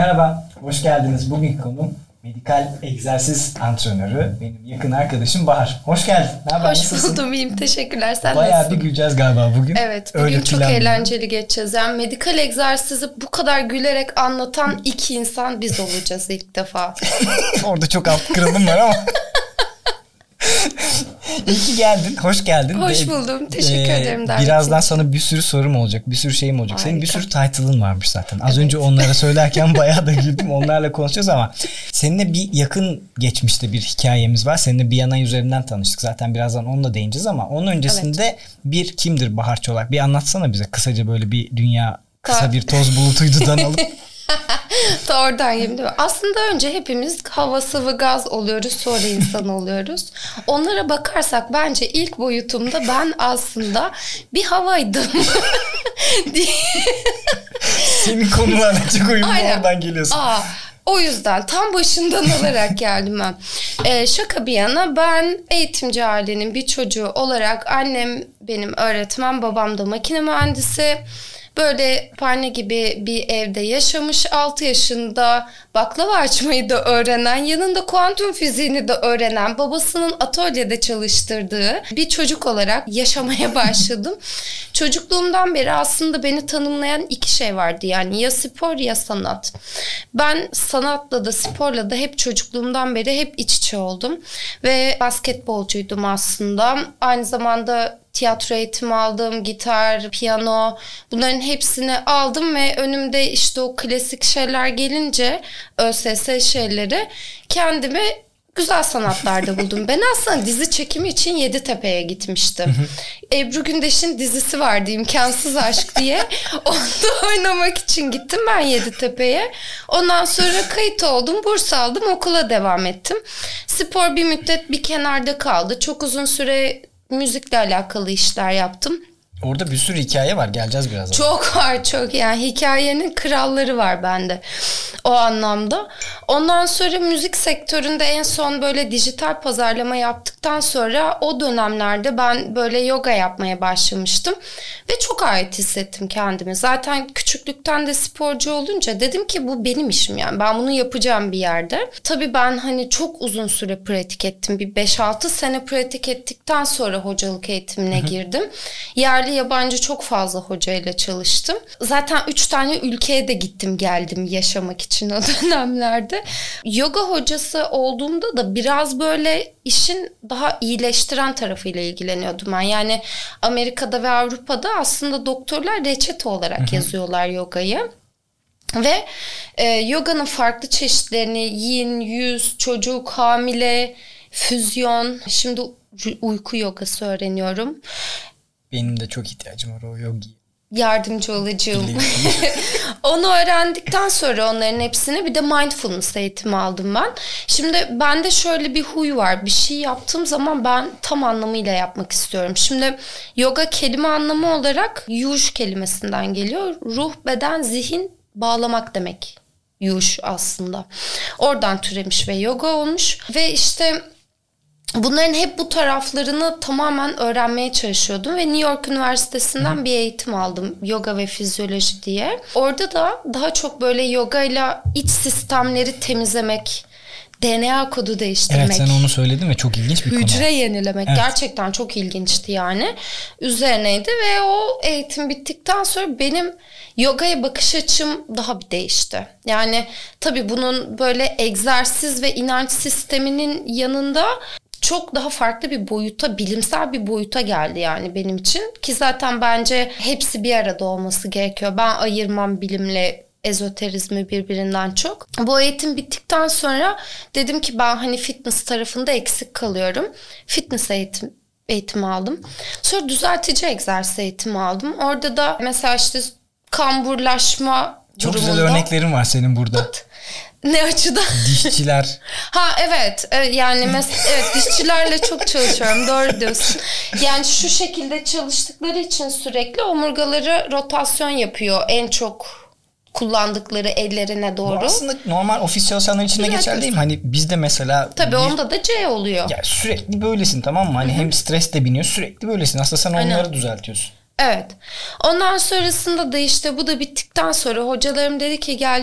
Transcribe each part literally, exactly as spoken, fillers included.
Merhaba, hoş geldiniz. Bugünkü konuğum medikal egzersiz antrenörü, benim yakın arkadaşım Bahar. Hoş geldin. Ne haber? Hoş nasılsın? buldum, iyiyim. Teşekkürler. Sen Bayağı nasılsın? bir güleceğiz galiba bugün. Evet, bugün Öyle çok eğlenceli geçeceğiz. Yani medikal egzersizi bu kadar gülerek anlatan iki insan biz olacağız ilk defa. Orada çok alt kırılım var ama. İyi ki geldin, hoş geldin. Hoş buldum, teşekkür ee, ederim. Birazdan sana bir sürü sorum olacak, bir sürü şeyim olacak. Harika. Senin bir sürü title'ın varmış zaten. Az evet. önce onlara söylerken bayağı da güldüm, onlarla konuşacağız ama seninle bir yakın geçmişte bir hikayemiz var. Seninle bir yanay üzerinden tanıştık. Zaten birazdan onunla değineceğiz ama onun öncesinde evet. bir kimdir Bahar Çolak? Bir anlatsana bize kısaca, böyle bir dünya kısa Ta- bir toz bulutuydudan alıp. Oradan gibi değil mi? Aslında önce hepimiz hava, sıvı, gaz oluyoruz, sonra insan oluyoruz. Onlara bakarsak bence ilk boyutumda ben aslında bir havaydım. Senin konularla çok uyumlu, oradan geliyorsun. Aa, o yüzden tam başından alarak geldim ben. Ee, şaka bir yana, ben eğitimci ailenin bir çocuğu olarak, annem benim öğretmen, babam da makine mühendisi. Böyle Parne gibi bir evde yaşamış, altı yaşında baklava açmayı da öğrenen, yanında kuantum fiziğini de öğrenen, babasının atölyede çalıştırdığı bir çocuk olarak yaşamaya başladım. Çocukluğumdan beri aslında beni tanımlayan iki şey vardı, yani ya spor ya sanat. Ben sanatla da sporla da hep çocukluğumdan beri hep iç içe oldum ve basketbolcuydum aslında. Aynı zamanda tiyatro eğitimi aldım, gitar, piyano, bunların hepsini aldım ve önümde işte o klasik şeyler gelince, ÖSS şeyleri, kendimi güzel sanatlarda buldum. Ben aslında dizi çekimi için Yeditepe'ye gitmiştim. Ebru Gündeş'in dizisi vardı, İmkansız Aşk diye. Onda oynamak için gittim ben Yeditepe'ye. Ondan sonra kayıt oldum, burs aldım, okula devam ettim. Spor bir müddet bir kenarda kaldı. Çok uzun süre müzikle alakalı işler yaptım. Orada bir sürü hikaye var. Geleceğiz birazdan. Çok var, çok. Yani hikayenin kralları var bende. O anlamda. Ondan sonra müzik sektöründe en son böyle dijital pazarlama yaptıktan sonra o dönemlerde ben böyle yoga yapmaya başlamıştım. Ve çok ait hissettim kendimi. Zaten küçüklükten de sporcu olunca dedim ki bu benim işim yani. Ben bunu yapacağım bir yerde. Tabii ben hani çok uzun süre pratik ettim. Bir beş altı sene pratik ettikten sonra hocalık eğitimine girdim. Yerli yabancı çok fazla hocayla çalıştım. Zaten üç tane ülkeye de gittim geldim yaşamak için o dönemlerde. Yoga hocası olduğumda da biraz böyle işin daha iyileştiren tarafıyla ilgileniyordum ben. Yani Amerika'da ve Avrupa'da aslında doktorlar reçete olarak hı hı. yazıyorlar yogayı. Ve e, yoganın farklı çeşitlerini yin, yüz, çocuk, hamile, füzyon, şimdi uyku yogası öğreniyorum. Benim de çok ihtiyacım var o yogi. Yardımcı olacağım. Onu öğrendikten sonra onların hepsini, bir de mindfulness eğitimi aldım ben. Şimdi bende şöyle bir huy var. Bir şey yaptığım zaman ben tam anlamıyla yapmak istiyorum. Şimdi yoga kelime anlamı olarak yuj kelimesinden geliyor. Ruh, beden, zihin bağlamak demek. Yuj aslında. Oradan türemiş ve yoga olmuş. Ve işte bunların hep bu taraflarını tamamen öğrenmeye çalışıyordum ve New York Üniversitesi'nden Hı. bir eğitim aldım, yoga ve fizyoloji diye. Orada da daha çok böyle yogayla iç sistemleri temizlemek, D N A kodu değiştirmek. Evet, sen onu söyledin ve çok ilginç bir hücre konu. Hücre yenilemek, evet. Gerçekten çok ilginçti yani. Üzerineydi ve o eğitim bittikten sonra benim yogaya bakış açım daha bir değişti. Yani tabii bunun böyle egzersiz ve inanç sisteminin yanında çok daha farklı bir boyuta, bilimsel bir boyuta geldi yani benim için. Ki zaten bence hepsi bir arada olması gerekiyor. Ben ayırmam bilimle ezoterizmi birbirinden çok. Bu eğitim bittikten sonra dedim ki ben hani fitness tarafında eksik kalıyorum. Fitness eğitim eğitimi aldım. Sonra düzeltici egzersiz eğitimi aldım. Orada da mesela işte kamburlaşma çok durumunda. Güzel örneklerin var senin burada. Pıt. Ne açıdan? Dişçiler. Ha evet, yani mesela evet, dişçilerle çok çalışıyorum, doğru diyorsun. Yani şu şekilde çalıştıkları için sürekli omurgaları rotasyon yapıyor en çok kullandıkları ellerine doğru. Bu aslında normal ofis çalışanları için de geçerli değil mi? Hani bizde mesela... Tabii bir, onda da C oluyor. Ya sürekli böylesin, tamam mı? Hani Hı-hı. hem stres de biniyor, sürekli böylesin. Aslında sen onları Aynen. düzeltiyorsun. Evet. Ondan sonrasında da işte bu da bittikten sonra hocalarım dedi ki gel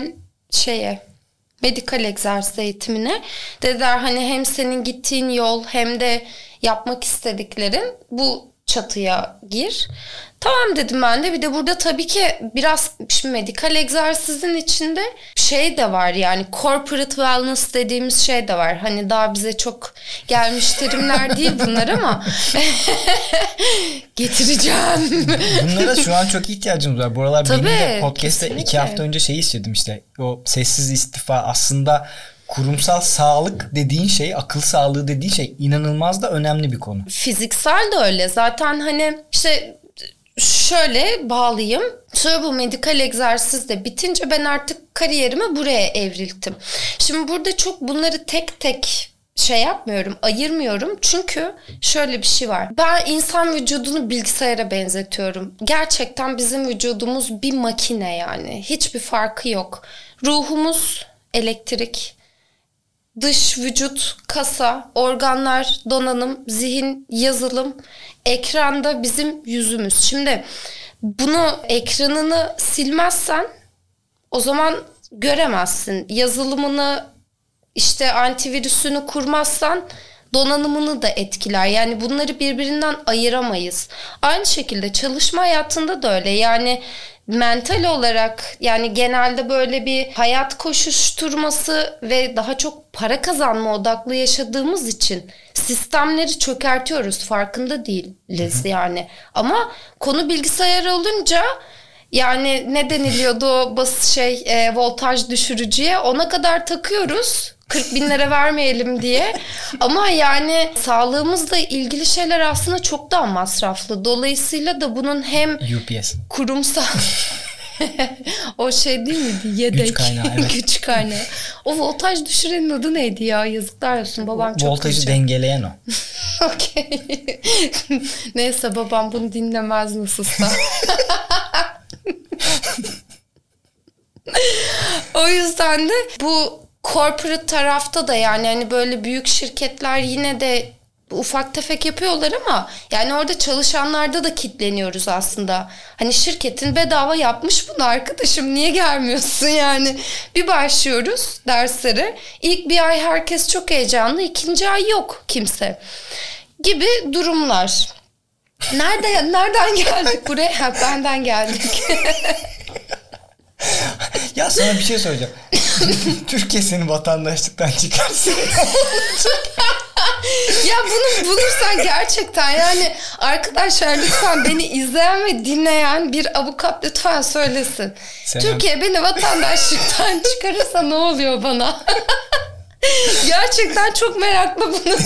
şeye medikal egzersiz eğitimine. Dediler hani hem senin gittiğin yol hem de yapmak istediklerin bu çatıya gir. Tamam dedim ben de. Bir de burada tabii ki biraz şimdi medikal egzersizin içinde şey de var, yani corporate wellness dediğimiz şey de var. Hani daha bize çok gelmiş terimler değil bunlar ama getireceğim. Bunlara şu an çok ihtiyacımız var. Buralar tabii, benim de podcast'te kesinlikle. iki hafta önce şeyi istedim işte. O sessiz istifa aslında kurumsal sağlık dediğin şey, akıl sağlığı dediğin şey inanılmaz da önemli bir konu. Fiziksel de öyle. Zaten hani işte şöyle bağlayayım. Sonra bu medikal egzersiz de bitince ben artık kariyerimi buraya evrildim. Şimdi burada çok bunları tek tek şey yapmıyorum, ayırmıyorum. Çünkü şöyle bir şey var. Ben insan vücudunu bilgisayara benzetiyorum. Gerçekten bizim vücudumuz bir makine yani. Hiçbir farkı yok. Ruhumuz elektrik, dış vücut, kasa, organlar, donanım, zihin, yazılım, ekranda bizim yüzümüz. Şimdi bunu, ekranını silmezsen o zaman göremezsin. Yazılımını, işte antivirüsünü kurmazsan donanımını da etkiler. Yani bunları birbirinden ayıramayız. Aynı şekilde çalışma hayatında da öyle. Yani mental olarak, yani genelde böyle bir hayat koşuşturması ve daha çok para kazanma odaklı yaşadığımız için sistemleri çökertiyoruz, farkında değiliz yani. Ama konu bilgisayar olunca, yani ne deniliyordu o bas şey e, voltaj düşürücüye, ona kadar takıyoruz kırk bin lira vermeyelim diye. Ama yani sağlığımızla ilgili şeyler aslında çok daha masraflı. Dolayısıyla da bunun hem U P S kurumsal o şey değil miydi? Yedek. Güç kaynağı, evet. Güç kaynağı. O voltaj düşürenin adı neydi ya? Yazıklar olsun. Babam çok voltajı güçlü. dengeleyen o. Okey. Neyse, babam bunu dinlemez nasılsa. O yüzden de bu corporate tarafta da, yani hani böyle büyük şirketler yine de ufak tefek yapıyorlar ama yani orada çalışanlarda da kitleniyoruz aslında. Hani şirketin bedava yapmış bunu arkadaşım, niye gelmiyorsun yani? Bir başlıyoruz derslere. İlk bir ay herkes çok heyecanlı, ikinci ay yok kimse gibi durumlar. Nerede, nereden geldik buraya? Ha, benden geldik. Ya sana bir şey söyleyeceğim. Türkiye seni vatandaşlıktan çıkarsın. Ya bunu bulursan gerçekten, yani arkadaşlar lütfen beni izleyen ve dinleyen bir avukat lütfen söylesin. Sen Türkiye beni vatandaşlıktan çıkarırsa ne oluyor bana? Gerçekten çok meraklı bunu.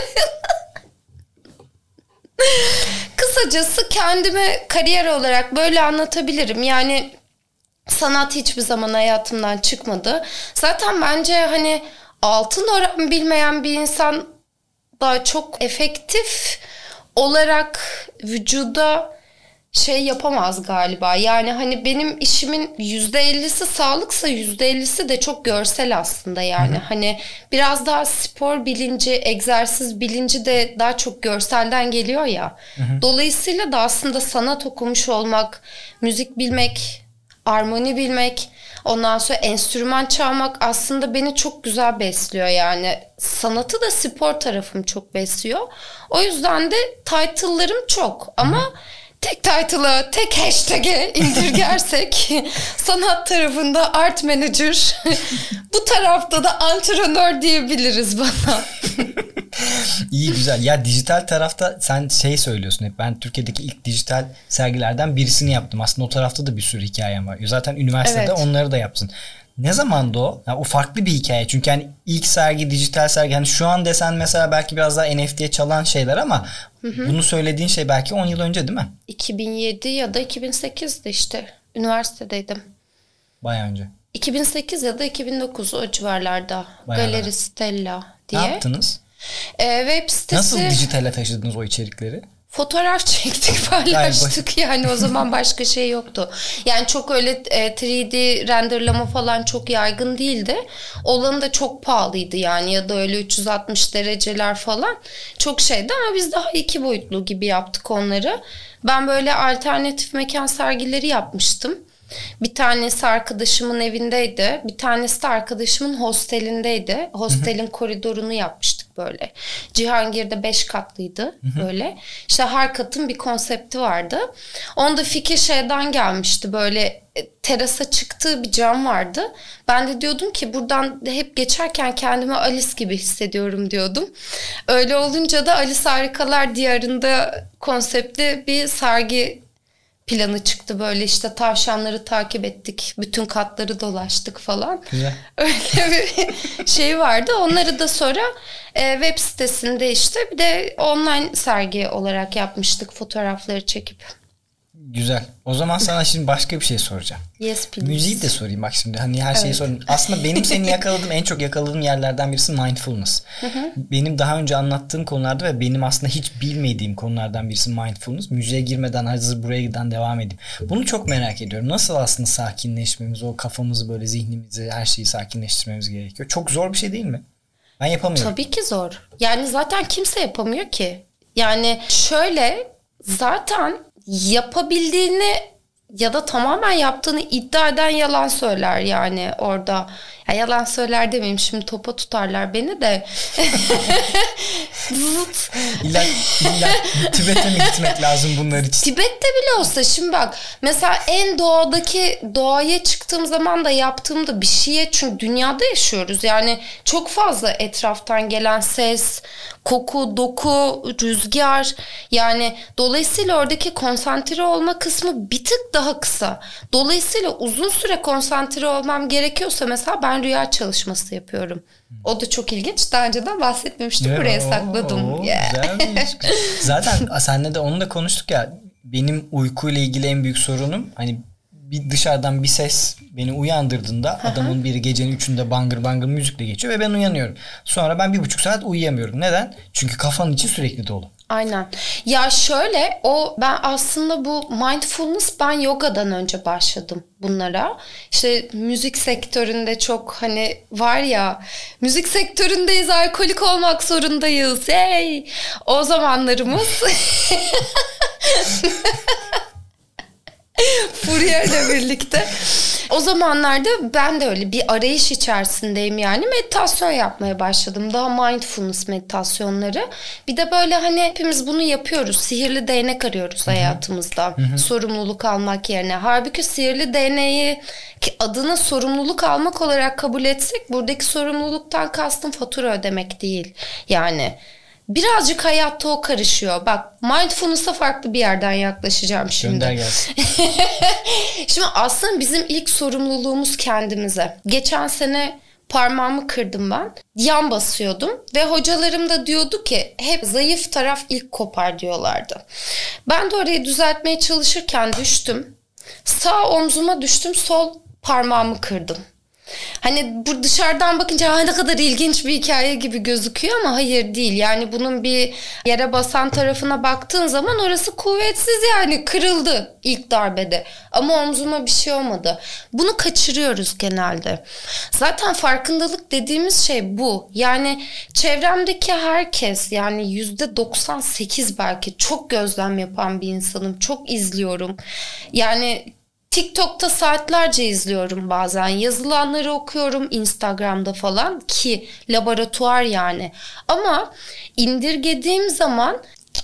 Kısacası kendimi kariyer olarak böyle anlatabilirim. Yani sanat hiçbir zaman hayatımdan çıkmadı. Zaten bence hani altın oran bilmeyen bir insan daha çok efektif olarak vücuda şey yapamaz galiba. Yani hani benim işimin yüzde ellisi sağlıksa yüzde ellisi de çok görsel aslında yani. Hı hı. Hani biraz daha spor bilinci, egzersiz bilinci de daha çok görselden geliyor ya. Hı hı. Dolayısıyla da aslında sanat okumuş olmak, müzik bilmek, armoni bilmek, ondan sonra enstrüman çalmak aslında beni çok güzel besliyor yani. Sanatı da spor tarafım çok besliyor. O yüzden de title'larım çok ama hı-hı. tek title'ı tek hashtag'e indirgersek sanat tarafında art manager, bu tarafta da antrenör diyebiliriz bana. İyi, güzel. Ya dijital tarafta sen şey söylüyorsun hep. Ben Türkiye'deki ilk dijital sergilerden birisini yaptım. Aslında o tarafta da bir sürü hikayem var. Zaten üniversitede evet. onları da yapsın. Ne zamandı o? Yani o farklı bir hikaye. Çünkü hani ilk sergi, dijital sergi. Hani şu an desen mesela belki biraz daha N F T'ye çalan şeyler ama hı hı. bunu söylediğin şey belki on yıl önce değil mi? iki bin yedi ya da iki bin sekizde işte. Üniversitedeydim. Bayağı önce. iki bin sekiz ya da iki bin dokuz o civarlarda. Bayağı Galeri Stella diye. Ne yaptınız? Ee, web sitesi... Nasıl dijitale taşıdınız o içerikleri? Fotoğraf çektik, paylaştık yani o zaman başka şey yoktu. Yani çok öyle e, üç D renderlama falan çok yaygın değildi. Olanı da çok pahalıydı yani, ya da öyle üç yüz altmış dereceler falan çok şeydi ama biz daha iki boyutlu gibi yaptık onları. Ben böyle alternatif mekan sergileri yapmıştım. Bir tanesi arkadaşımın evindeydi. Bir tanesi de arkadaşımın hostelindeydi. Hostelin koridorunu yapmıştık böyle. Cihangir'de beş katlıydı böyle. İşte her katın bir konsepti vardı. Onda fikir şeyden gelmişti, böyle terasa çıktığı bir cam vardı. Ben de diyordum ki buradan hep geçerken kendimi Alice gibi hissediyorum diyordum. Öyle olunca da Alice Harikalar Diyarı'nda konseptli bir sergi planı çıktı, böyle işte tavşanları takip ettik. Bütün katları dolaştık falan. Güzel. Öyle bir şey vardı. Onları da sonra e, web sitesinde işte bir de online sergi olarak yapmıştık, fotoğrafları çekip. Güzel. O zaman sana şimdi başka bir şey soracağım. Yes please. Müziği de sorayım bak şimdi. Hani her şeyi evet. sorayım. Aslında benim seni yakaladığım, en çok yakaladığım yerlerden birisi mindfulness. Hı hı. Benim daha önce anlattığım konularda ve benim aslında hiç bilmediğim konulardan birisi mindfulness. Müziğe girmeden hazır buraya giden devam edeyim. Bunu çok merak ediyorum. Nasıl aslında sakinleşmemiz, o kafamızı böyle, zihnimizi, her şeyi sakinleştirmemiz gerekiyor. Çok zor bir şey değil mi? Ben yapamıyorum. Tabii ki zor. Yani zaten kimse yapamıyor ki. Yani şöyle, zaten yapabildiğini ya da tamamen yaptığını iddia eden yalan söyler yani orada. Ya yalan söyler demeyeyim şimdi, topa tutarlar beni de. illa, illa Tibet'e mi gitmek lazım bunlar için? Tibet'te bile olsa şimdi bak, mesela en doğadaki, doğaya çıktığım zaman da yaptığımda bir şeye, çünkü dünyada yaşıyoruz yani çok fazla etraftan gelen ses, koku, doku, rüzgar, yani dolayısıyla oradaki konsantre olma kısmı bir tık daha kısa. Dolayısıyla uzun süre konsantre olmam gerekiyorsa mesela ben rüya çalışması yapıyorum. O da çok ilginç. Daha önceden bahsetmemiştim. Yeah, buraya sakladım. Oo, yeah. Güzelmiş. Zaten seninle de onu da konuştuk ya. Benim uykuyla ilgili en büyük sorunum, hani bir dışarıdan bir ses beni uyandırdığında adamın biri gecenin üçünde bangır bangır müzikle geçiyor ve ben uyanıyorum. Sonra ben bir buçuk saat uyuyamıyorum. Neden? Çünkü kafanın içi sürekli dolu. Aynen. Ya şöyle, o ben aslında bu mindfulness, ben yogadan önce başladım bunlara. İşte müzik sektöründe çok hani var ya, müzik sektöründeyiz, alkolik olmak zorundayız. Hey! O zamanlarımız Furya ile birlikte. O zamanlarda ben de öyle bir arayış içerisindeyim yani. Meditasyon yapmaya başladım. Daha mindfulness meditasyonları. Bir de böyle hani hepimiz bunu yapıyoruz. Sihirli değnek arıyoruz hayatımızda. Hı hı. Sorumluluk almak yerine. Halbuki sihirli değneği adına sorumluluk almak olarak kabul etsek, buradaki sorumluluktan kastım fatura ödemek değil. Yani birazcık hayatta o karışıyor. Bak, mindfulness'a farklı bir yerden yaklaşacağım şimdi. Gönder gelsin. Şimdi aslında bizim ilk sorumluluğumuz kendimize. Geçen sene parmağımı kırdım ben. Yan basıyordum ve hocalarım da diyordu ki hep zayıf taraf ilk kopar diyorlardı. Ben de orayı düzeltmeye çalışırken düştüm. Sağ omzuma düştüm, sol parmağımı kırdım. Hani bu dışarıdan bakınca ne kadar ilginç bir hikaye gibi gözüküyor ama hayır değil. Yani bunun bir yere basan tarafına baktığın zaman orası kuvvetsiz, yani kırıldı ilk darbede. Ama omzuma bir şey olmadı. Bunu kaçırıyoruz genelde. Zaten farkındalık dediğimiz şey bu. Yani çevremdeki herkes, yani yüzde doksan sekiz belki, çok gözlem yapan bir insanım. Çok izliyorum. Yani TikTok'ta saatlerce izliyorum bazen. Yazılanları okuyorum Instagram'da falan, ki laboratuvar yani. Ama indirgediğim zaman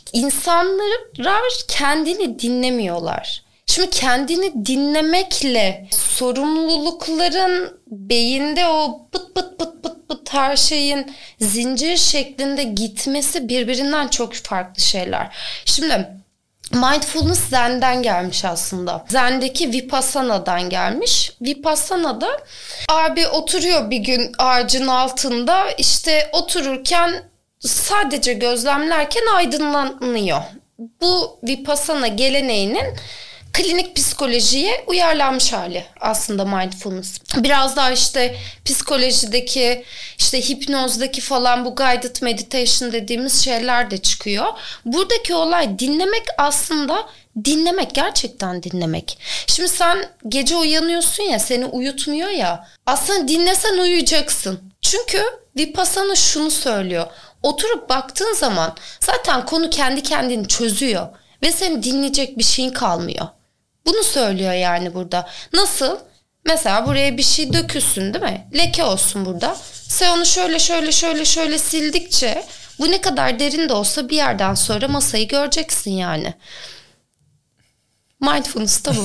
insanlar kendini dinlemiyorlar. Şimdi kendini dinlemekle sorumlulukların beyinde o pıt pıt pıt pıt pıt her şeyin zincir şeklinde gitmesi birbirinden çok farklı şeyler. Şimdi mindfulness Zen'den gelmiş aslında. Zen'deki Vipassana'dan gelmiş. Vipassana'da abi oturuyor bir gün ağacın altında, işte otururken sadece gözlemlerken aydınlanıyor. Bu Vipassana geleneğinin klinik psikolojiye uyarlanmış hali aslında mindfulness. Biraz daha işte psikolojideki, işte hipnozdaki falan bu guided meditation dediğimiz şeyler de çıkıyor. Buradaki olay dinlemek aslında, dinlemek, gerçekten dinlemek. Şimdi sen gece uyanıyorsun ya, seni uyutmuyor ya, aslında dinlesen uyuyacaksın. Çünkü Vipassana şunu söylüyor. Oturup baktığın zaman zaten konu kendi kendini çözüyor ve seni dinleyecek bir şeyin kalmıyor. Bunu söylüyor yani burada. Nasıl? Mesela buraya bir şey dökülsün değil mi? Leke olsun burada. Sen onu şöyle şöyle şöyle şöyle sildikçe bu ne kadar derin de olsa bir yerden sonra masayı göreceksin yani. Mindfulness da bu.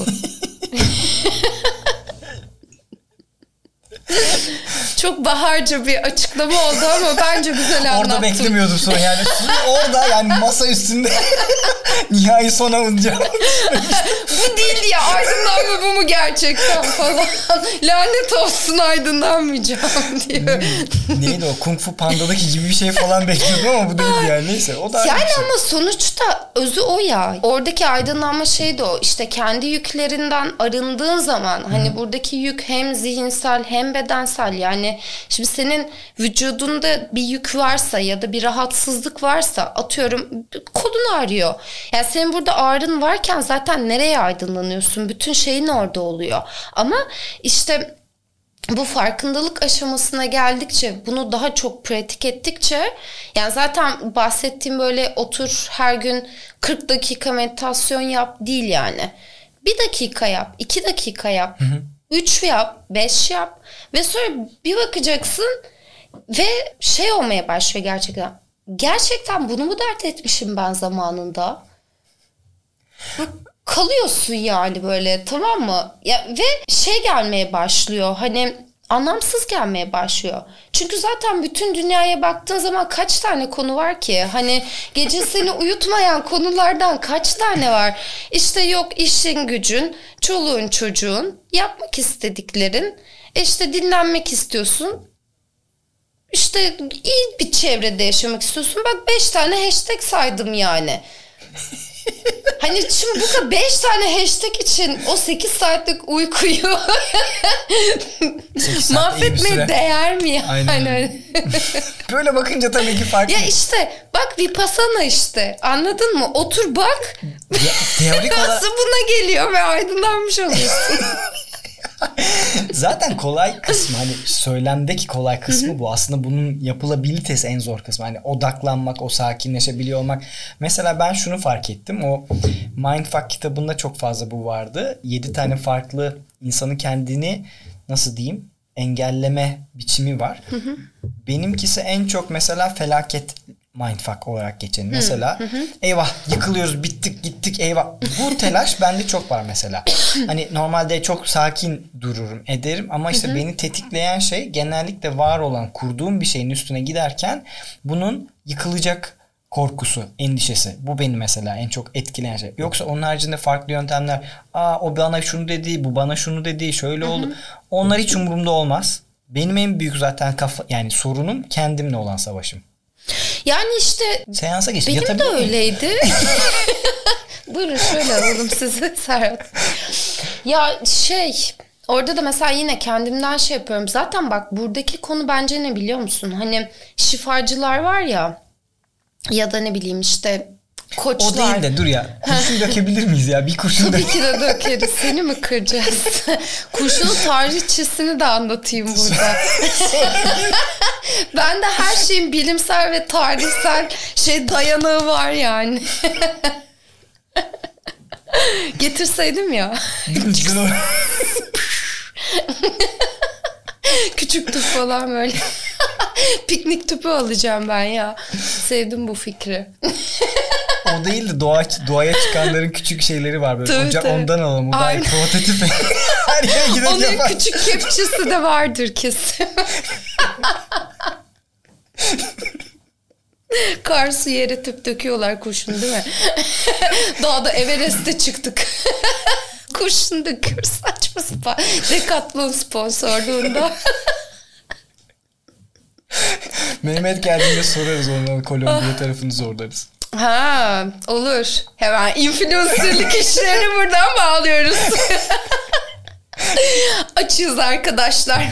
Çok baharca bir açıklama oldu ama bence güzel anlattım. Orada beklemiyordum sonra yani. Orada yani masa üstünde nihai son alınca. Bu değil ya, aydınlanma bu mu gerçekten falan. Lanet olsun, aydınlanmayacağım diyor. Neydi o? Kung Fu Panda'daki gibi bir şey falan bekliyordum ama bu değil yani. Neyse o da yani şey. Ama sonuçta özü o ya. Oradaki aydınlanma şey de o. İşte kendi yüklerinden arındığın zaman hani Hı. buradaki yük hem zihinsel hem bedensel. Yani şimdi senin vücudunda bir yük varsa ya da bir rahatsızlık varsa, atıyorum kolun ağrıyor. Yani senin burada ağrın varken zaten nereye aydınlanıyorsun? Bütün şeyin orada oluyor. Ama işte bu farkındalık aşamasına geldikçe, bunu daha çok pratik ettikçe, yani zaten bahsettiğim böyle otur her gün kırk dakika meditasyon yap değil yani. Bir dakika yap, iki dakika yap, hı hı. üç yap, beş yap ve sonra bir bakacaksın ve şey olmaya başlıyor gerçekten. Gerçekten bunu mu dert etmişim ben zamanında? Kalıyorsun yani böyle, tamam mı? Ya ve şey gelmeye başlıyor, hani anlamsız gelmeye başlıyor. Çünkü zaten bütün dünyaya baktığın zaman kaç tane konu var ki? Hani gece seni uyutmayan konulardan kaç tane var? İşte yok işin gücün, çoluğun çocuğun, yapmak istediklerin, işte dinlenmek istiyorsun. İşte iyi bir çevrede yaşamak istiyorsun. Bak beş tane hashtag saydım yani. Hani şimdi bu kadar beş tane hashtag için o sekiz saatlik uykuyu mahvetmeye değer mi yani? Aynen. Böyle bakınca tabii ki farklı. Ya işte bak Vipassana işte, anladın mı? Otur bak. Ya, teorik olarak buna geliyor ve aydınlanmış oluyorsun. Zaten kolay kısmı, hani söylemdeki kolay kısmı Hı-hı. bu. Aslında bunun yapılabilitesi en zor kısmı. Hani odaklanmak, o sakinleşebiliyor olmak. Mesela ben şunu fark ettim. O Mindfuck kitabında çok fazla bu vardı. Yedi tane farklı insanın kendini nasıl diyeyim engelleme biçimi var. Hı-hı. Benimkisi en çok mesela felaket mindfuck olarak geçen. Mesela hı hı. eyvah yıkılıyoruz, bittik gittik, eyvah. Bu telaş bende çok var mesela. Hani normalde çok sakin dururum, ederim ama işte hı hı. beni tetikleyen şey genellikle var olan, kurduğum bir şeyin üstüne giderken bunun yıkılacak korkusu, endişesi. Bu beni mesela en çok etkileyen şey. Yoksa onun haricinde farklı yöntemler, aa o bana şunu dedi, bu bana şunu dedi, şöyle hı hı. oldu. Onlar hiç umurumda olmaz. Benim en büyük zaten kafa, yani sorunum kendimle olan savaşım. Yani işte seansa geç. Benim de öyleydi. Buyurun şöyle alalım sizi Serhat. Ya şey, orada da mesela yine kendimden şey yapıyorum. Zaten bak buradaki konu bence ne biliyor musun? Hani şifacılar var ya, ya da ne bileyim işte koçlar. O değil de dur ya. Kurşun dökebilir miyiz ya? Bir kurşun Tabii ki de dökeriz. Seni mi kıracağız? Kurşunun tarihçesini de anlatayım burada. Ben de her şeyin bilimsel ve tarihsel şey dayanağı var yani. Getirseydim ya. Küçük tüp falan böyle. Piknik tüpü alacağım ben ya. Sevdim bu fikri. O değil de doğa, doğaya çıkanların küçük şeyleri var böyle. Tabii, Ocak tabii. Ondan alalım. O da prototip. Her yere gidip Onun yapar. küçük kepçesi de vardır kesin. Kar su yere tüp döküyorlar kurşun değil mi? Dağda Everest'e çıktık. Kurşun döküyoruz, saçma sapan. Decathlon sponsorluğunda. Mehmet geldiğinde sorarız onların Kolombiya tarafını zorlarız. Ha olur. Hemen influencerlık işlerini buradan bağlıyoruz. Açığız arkadaşlar.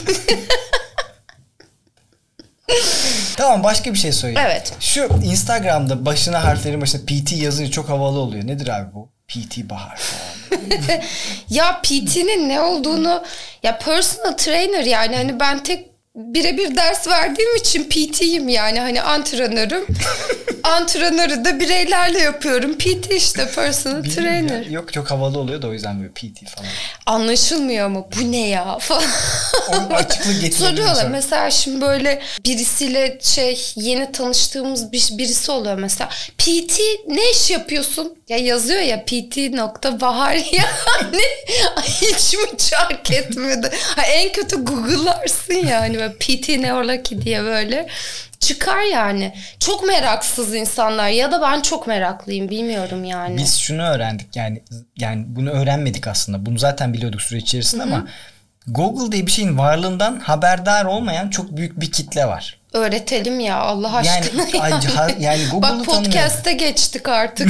Tamam, başka bir şey söyleyeyim. Evet. Şu Instagram'da başına harflerin başına P T yazınca çok havalı oluyor. Nedir abi bu? P T Bahar falan. Ya P T'nin ne olduğunu, ya personal trainer yani hani ben tek birebir ders verdiğim için P T'yim yani hani antrenörüm. Antrenörü de bireylerle yapıyorum. P T işte, personal trainer. Ya. Yok çok havalı oluyor da o yüzden böyle P T falan. Anlaşılmıyor ama bu ne ya falan. Onun açıklık getiriyor. Soruyorlar mesela, şimdi böyle birisiyle şey yeni tanıştığımız bir, birisi oluyor mesela. P T ne iş yapıyorsun? Ya yazıyor ya P T nokta Bahar yani. Hiç mi çark etmedi? Ha, en kötü Google'larsın yani böyle P T ne ola ki diye böyle. Çıkar yani. Çok meraksız insanlar ya da ben çok meraklıyım, bilmiyorum yani. Biz şunu öğrendik yani yani bunu öğrenmedik aslında. Bunu zaten biliyorduk süreç içerisinde. Hı-hı. Ama Google diye bir şeyin varlığından haberdar olmayan çok büyük bir kitle var. Öğretelim ya Allah aşkına. Yani, yani. yani Bak podcast'te geçtik artık.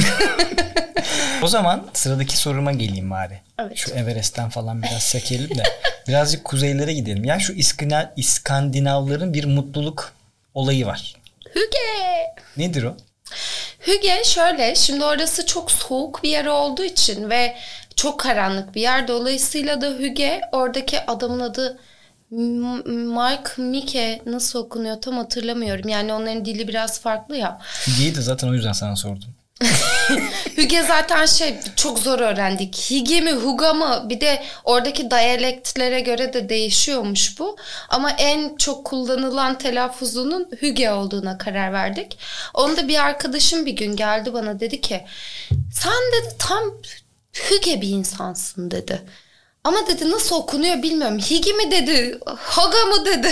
O zaman sıradaki soruma geleyim bari. Evet. Şu Everest'ten falan biraz sekelim de birazcık kuzeylere gidelim. Ya şu İskandinav, İskandinavların bir mutluluk olayı var. Hygge. Nedir o? Hygge şöyle, şimdi orası çok soğuk bir yer olduğu için ve çok karanlık bir yer. Dolayısıyla da Hygge, oradaki adamın adı Mark Mike, nasıl okunuyor tam hatırlamıyorum. Yani onların dili biraz farklı ya. Hygge'yi de zaten o yüzden sana sordum. Hygge zaten şey çok zor öğrendik. Hygge mi Huga mı, bir de oradaki diyalektlere göre de değişiyormuş bu. Ama en çok kullanılan telaffuzunun Hygge olduğuna karar verdik. Onu da bir arkadaşım bir gün geldi bana, dedi ki sen dedi tam Hygge bir insansın dedi. Ama dedi nasıl okunuyor bilmiyorum. Higi mi dedi, Haga mı dedi.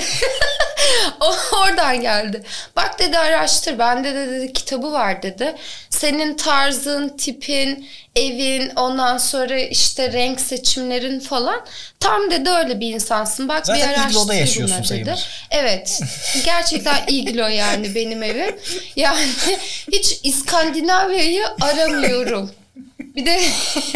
Oradan geldi. Bak dedi araştır. Bende de dedi kitabı var dedi. Senin tarzın, tipin, evin, ondan sonra işte renk seçimlerin falan. Tam dedi öyle bir insansın. Bak zaten bir araştır İglo'da yaşıyorsun dedi. sayılır. Evet. Gerçekten İglo yani benim evim. Yani hiç İskandinavya'yı aramıyorum. Bir de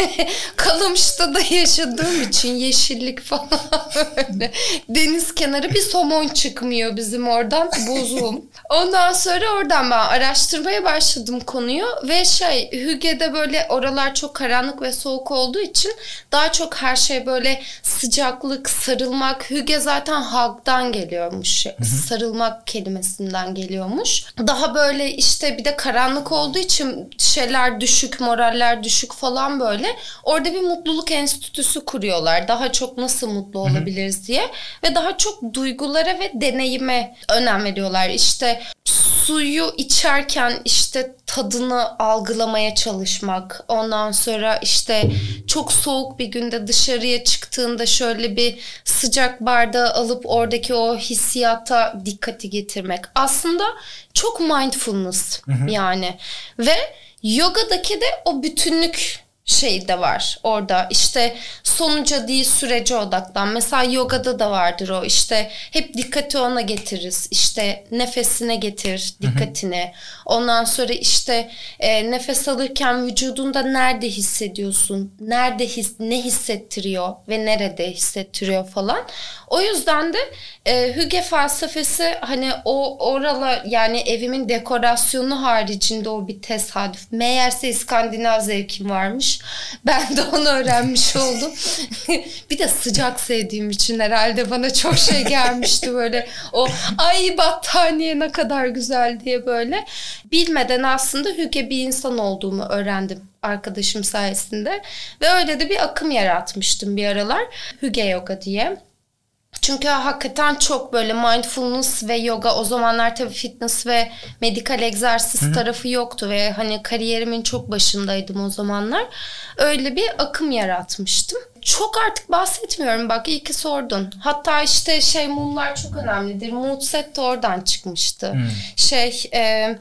Kalamış'ta da yaşadığım için yeşillik falan böyle. Deniz kenarı bir somon çıkmıyor bizim oradan, bozum. Ondan sonra oradan ben araştırmaya başladım konuyu ve şey Hygge'de böyle oralar çok karanlık ve soğuk olduğu için daha çok her şey böyle sıcaklık, sarılmak. Hygge zaten hug'dan geliyormuş. Hı hı. Sarılmak kelimesinden geliyormuş. Daha böyle işte bir de karanlık olduğu için şeyler düşük, moraller düşük falan böyle. Orada bir mutluluk enstitüsü kuruyorlar. Daha çok nasıl mutlu olabiliriz diye. Ve daha çok duygulara ve deneyime önem veriyorlar. İşte suyu içerken işte tadını algılamaya çalışmak. Ondan sonra işte çok soğuk bir günde dışarıya çıktığında şöyle bir sıcak bardağı alıp oradaki o hissiyata dikkati getirmek. Aslında çok mindfulness hı hı. yani. Ve yogadaki de o bütünlük şey de var orada, işte sonuca değil sürece odaklan. Mesela yogada da vardır o, işte hep dikkati ona getiririz, işte nefesine getir dikkatini. Hı hı. Ondan sonra işte e, nefes alırken vücudunda nerede hissediyorsun, nerede his, ne hissettiriyor ve nerede hissettiriyor falan. O yüzden de e, Hygge felsefesi hani o oralar yani evimin dekorasyonu haricinde o bir tesadüf. Meğerse İskandinav zevkim varmış. Ben de onu öğrenmiş oldum. Bir de sıcak sevdiğim için herhalde bana çok şey gelmişti böyle. O ay battaniye ne kadar güzel diye böyle. Bilmeden aslında Hygge bir insan olduğumu öğrendim arkadaşım sayesinde. Ve öyle de bir akım yaratmıştım bir aralar. Hygge Yoga diye. Çünkü hakikaten çok böyle mindfulness ve yoga, o zamanlar tabii fitness ve medikal egzersiz Hı. tarafı yoktu ve hani kariyerimin çok başındaydım o zamanlar. Öyle bir akım yaratmıştım. Çok artık bahsetmiyorum, bak iyi ki sordun. Hatta işte şey mumlar çok önemlidir. Mood set de oradan çıkmıştı. Hmm. Şey e,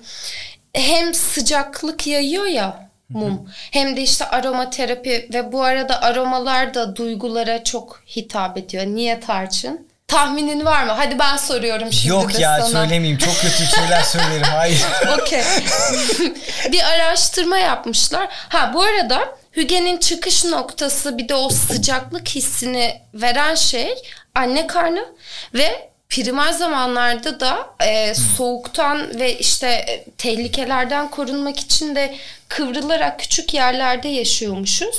hem sıcaklık yayıyor ya mum. Hem de işte aromaterapi ve bu arada aromalar da duygulara çok hitap ediyor. Niye Tarçın? Tahminin var mı? Hadi ben soruyorum şimdi Yok de ya sana. Söylemeyeyim. Çok kötü şeyler söylerim. Hayır. Okey. Bir araştırma yapmışlar. Ha bu arada Hygge'nin çıkış noktası bir de o sıcaklık hissini veren şey anne karnı ve primal zamanlarda da e, soğuktan ve işte e, tehlikelerden korunmak için de kıvrılarak küçük yerlerde yaşıyormuşuz.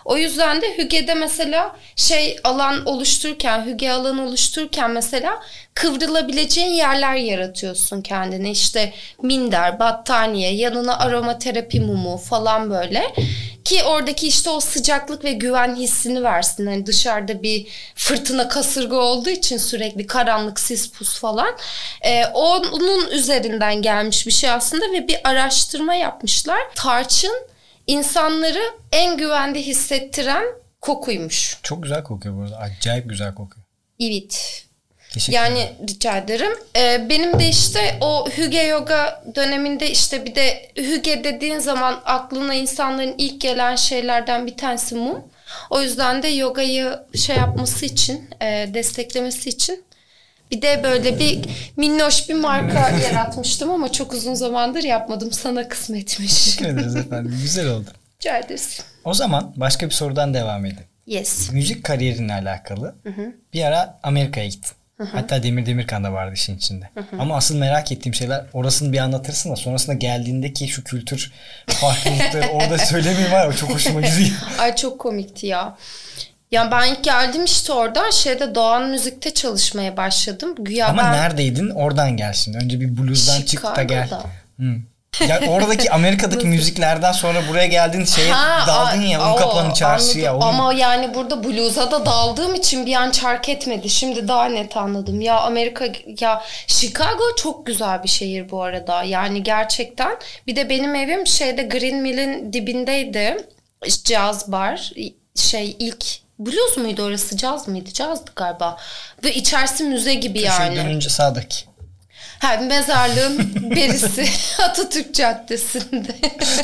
O yüzden de hügede mesela şey alan oluştururken, hüge alanı oluştururken mesela kıvrılabileceğin yerler yaratıyorsun kendine. İşte minder, battaniye, yanına aromaterapi mumu falan böyle. Ki oradaki işte o sıcaklık ve güven hissini versin. Hani dışarıda bir fırtına, kasırga olduğu için sürekli karanlık, sis, pus falan. Ee, onun üzerinden gelmiş bir şey aslında ve bir araştırma yapmışlar. Tarçın insanları en güvende hissettiren kokuymuş. Çok güzel kokuyor bu arada. Acayip güzel kokuyor. Evet. Yani ederim. rica ederim. Ee, benim de işte o hüge yoga döneminde işte bir de hüge dediğin zaman aklına insanların ilk gelen şeylerden bir tanesi mum. O yüzden de yogayı şey yapması için, e, desteklemesi için bir de böyle bir minnoş bir marka yaratmıştım ama çok uzun zamandır yapmadım. Sana kısmetmiş. Teşekkür ederiz efendim. Güzel oldu. Rica ederiz. O zaman başka bir sorudan devam edelim. Yes. Müzik kariyerinle alakalı Hı hı. bir ara Amerika'ya gittin. Hı hı. Hatta Demir Demirkan da vardı işin içinde. Hı hı. Ama asıl merak ettiğim şeyler, orasını bir anlatırsın da sonrasında geldiğindeki şu kültür farklılıkları orada söylemeyeyim var ya, çok hoşuma gidiyor. Ay çok komikti ya. Yani ben ilk geldim işte oradan şeyde Doğan Müzik'te çalışmaya başladım. Güya Ama ben... neredeydin? Oradan gel şimdi. Önce bir blues'dan çık da gel. Hmm. Ya oradaki Amerika'daki müziklerden sonra buraya geldin, şeye ha, daldın a, ya, un kapanı çarşıya. Ama yani burada blues'a da daldığım için bir an çark etmedi. Şimdi daha net anladım. Ya Amerika, ya Chicago çok güzel bir şehir bu arada. Yani gerçekten. Bir de benim evim şeyde Green Mill'in dibindeydi. Caz bar. Şey ilk blues muydu orası, caz mıydı? Cazdı galiba. Ve içerisi müze gibi Köşeye yani. Köşeye dönünce sağdaki. Ha, mezarlığın berisi Atatürk Caddesi'nde.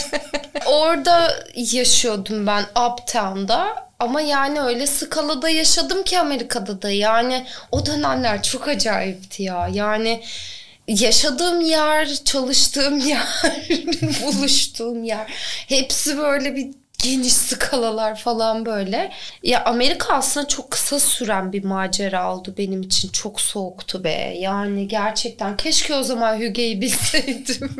Orada yaşıyordum ben, Uptown'da. Ama yani öyle skalada yaşadım ki Amerika'da da. Yani o dönemler çok acayipti ya. Yani yaşadığım yer, çalıştığım yer, buluştuğum yer. Hepsi böyle bir geniş skalalar falan böyle. Ya Amerika aslında çok kısa süren bir macera oldu benim için. Çok soğuktu be. Yani gerçekten keşke o zaman Hüge'yi bilseydim.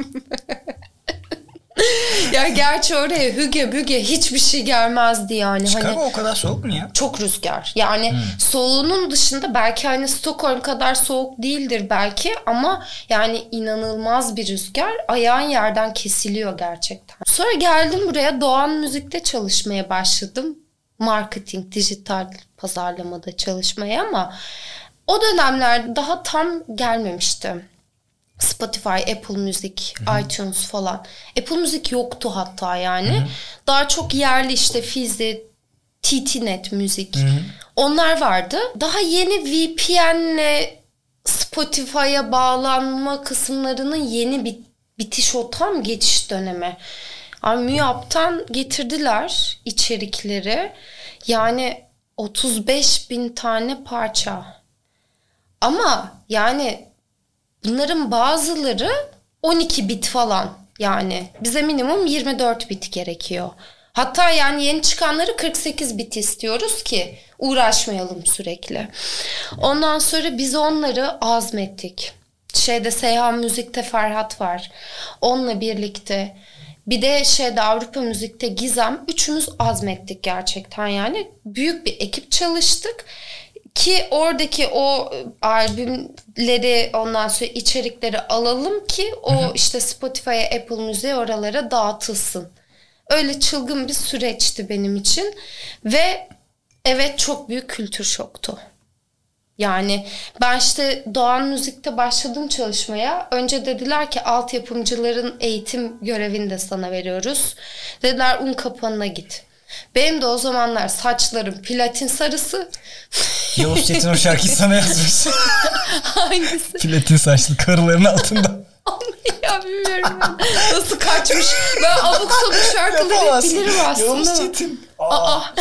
Ya gerçi oraya hüge büge hiçbir şey gelmezdi yani. Chicago hani, o kadar soğuk mu ya? Çok rüzgar. Yani hmm. soğuğunun dışında belki hani Stockholm kadar soğuk değildir belki ama yani inanılmaz bir rüzgar. Ayağın yerden kesiliyor gerçekten. Sonra geldim buraya, Doğan Müzik'te çalışmaya başladım. Marketing, dijital pazarlamada çalışmaya ama o dönemlerde daha tam gelmemişti. Spotify, Apple Music, Hı-hı. iTunes falan. Apple Music yoktu hatta yani. Hı-hı. Daha çok yerli işte Fizi, T T Net Müzik. Hı-hı. Onlar vardı. Daha yeni V P N'le Spotify'a bağlanma kısımlarının yeni bit- bitiş, o tam geçiş dönemi. Yani MÜYAP'tan getirdiler içerikleri. Yani otuz beş bin tane parça. Ama yani bunların bazıları on iki bit falan, yani bize minimum yirmi dört bit gerekiyor. Hatta yani yeni çıkanları kırk sekiz bit istiyoruz ki uğraşmayalım sürekli. Ondan sonra biz onları azmettik. Şeyde Seyhan Müzik'te Ferhat var. Onunla birlikte bir de şeyde Avrupa Müzik'te Gizem, üçümüz azmettik gerçekten yani. Büyük bir ekip çalıştık. Ki oradaki o albümleri, ondan sonra içerikleri alalım ki o Hı-hı. işte Spotify'a, Apple Music'e, oralara dağıtılsın. Öyle çılgın bir süreçti benim için. Ve evet, çok büyük kültür şoktu. Yani ben işte Doğan Müzik'te başladım çalışmaya. Önce dediler ki altyapımcıların eğitim görevini de sana veriyoruz. Dediler un kapanına git. Benim de o zamanlar saçlarım platin sarısı. Yavuz Çetin o şarkıyı sana yazmış. Hangisi? Platin saçlı karıların altında. Ya bilmiyorum ben. Nasıl kaçmış. Ben abuk sabuk şarkıları bilirim aslında. Yavuz Çetin. Aa. Aa.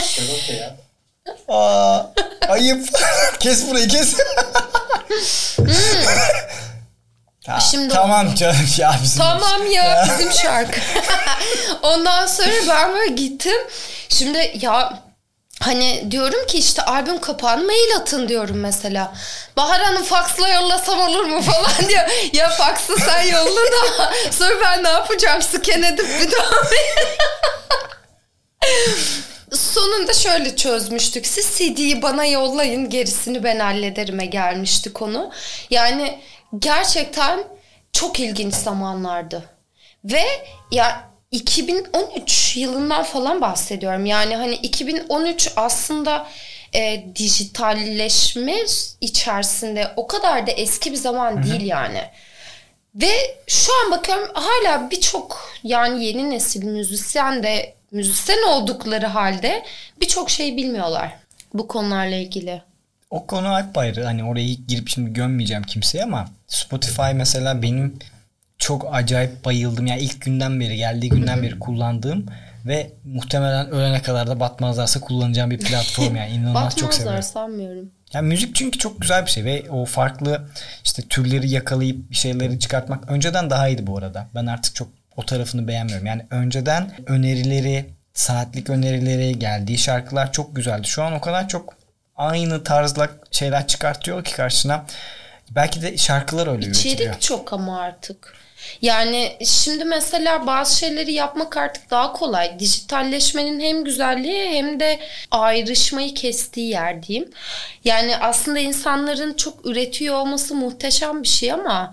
Aa. Ayıp. Kes burayı, kes. Hmm. Ha, Şimdi tamam canım ya bizim. Tamam ya, ya bizim şarkı. Ondan sonra ben böyle gittim. Şimdi ya hani diyorum ki işte albüm kapağını mail atın diyorum mesela. Bahar Hanım faksla yollasam olur mu falan diyor. Ya faksı sen yolla da sonra ben ne yapacağım, scan edip bir daha. sonunda şöyle çözmüştük. Siz C D'yi bana yollayın, gerisini ben hallederim'e gelmişti konu. Yani gerçekten çok ilginç zamanlardı. Ve ya iki bin on üç yılından falan bahsediyorum. Yani hani iki bin on üç aslında e, dijitalleşme içerisinde o kadar da eski bir zaman Hı-hı. değil yani. Ve şu an bakıyorum hala birçok yani yeni nesil müzisyen de müzisyen oldukları halde birçok şey bilmiyorlar bu konularla ilgili. O konu apayrı. Hani oraya girip şimdi gömmeyeceğim kimseye ama Spotify mesela benim çok acayip bayıldım. Yani ilk günden beri, geldiği günden beri kullandığım ve muhtemelen ölene kadar da batmazlarsa kullanacağım bir platform yani. İnanılmaz çok seviyorum. Batmazlar sanmıyorum. Yani müzik çünkü çok güzel bir şey ve o farklı işte türleri yakalayıp bir şeyleri çıkartmak önceden daha iyiydi bu arada. Ben artık çok o tarafını beğenmiyorum. Yani önceden önerileri, saatlik önerileri, geldiği şarkılar çok güzeldi. Şu an o kadar çok aynı tarzla şeyler çıkartıyor ki karşına. Belki de şarkılar öyle üretiliyor. İçerik çok ama artık. Yani şimdi mesela bazı şeyleri yapmak artık daha kolay. Dijitalleşmenin hem güzelliği hem de ayrışmayı kestiği yer diyeyim. Yani aslında insanların çok üretiyor olması muhteşem bir şey ama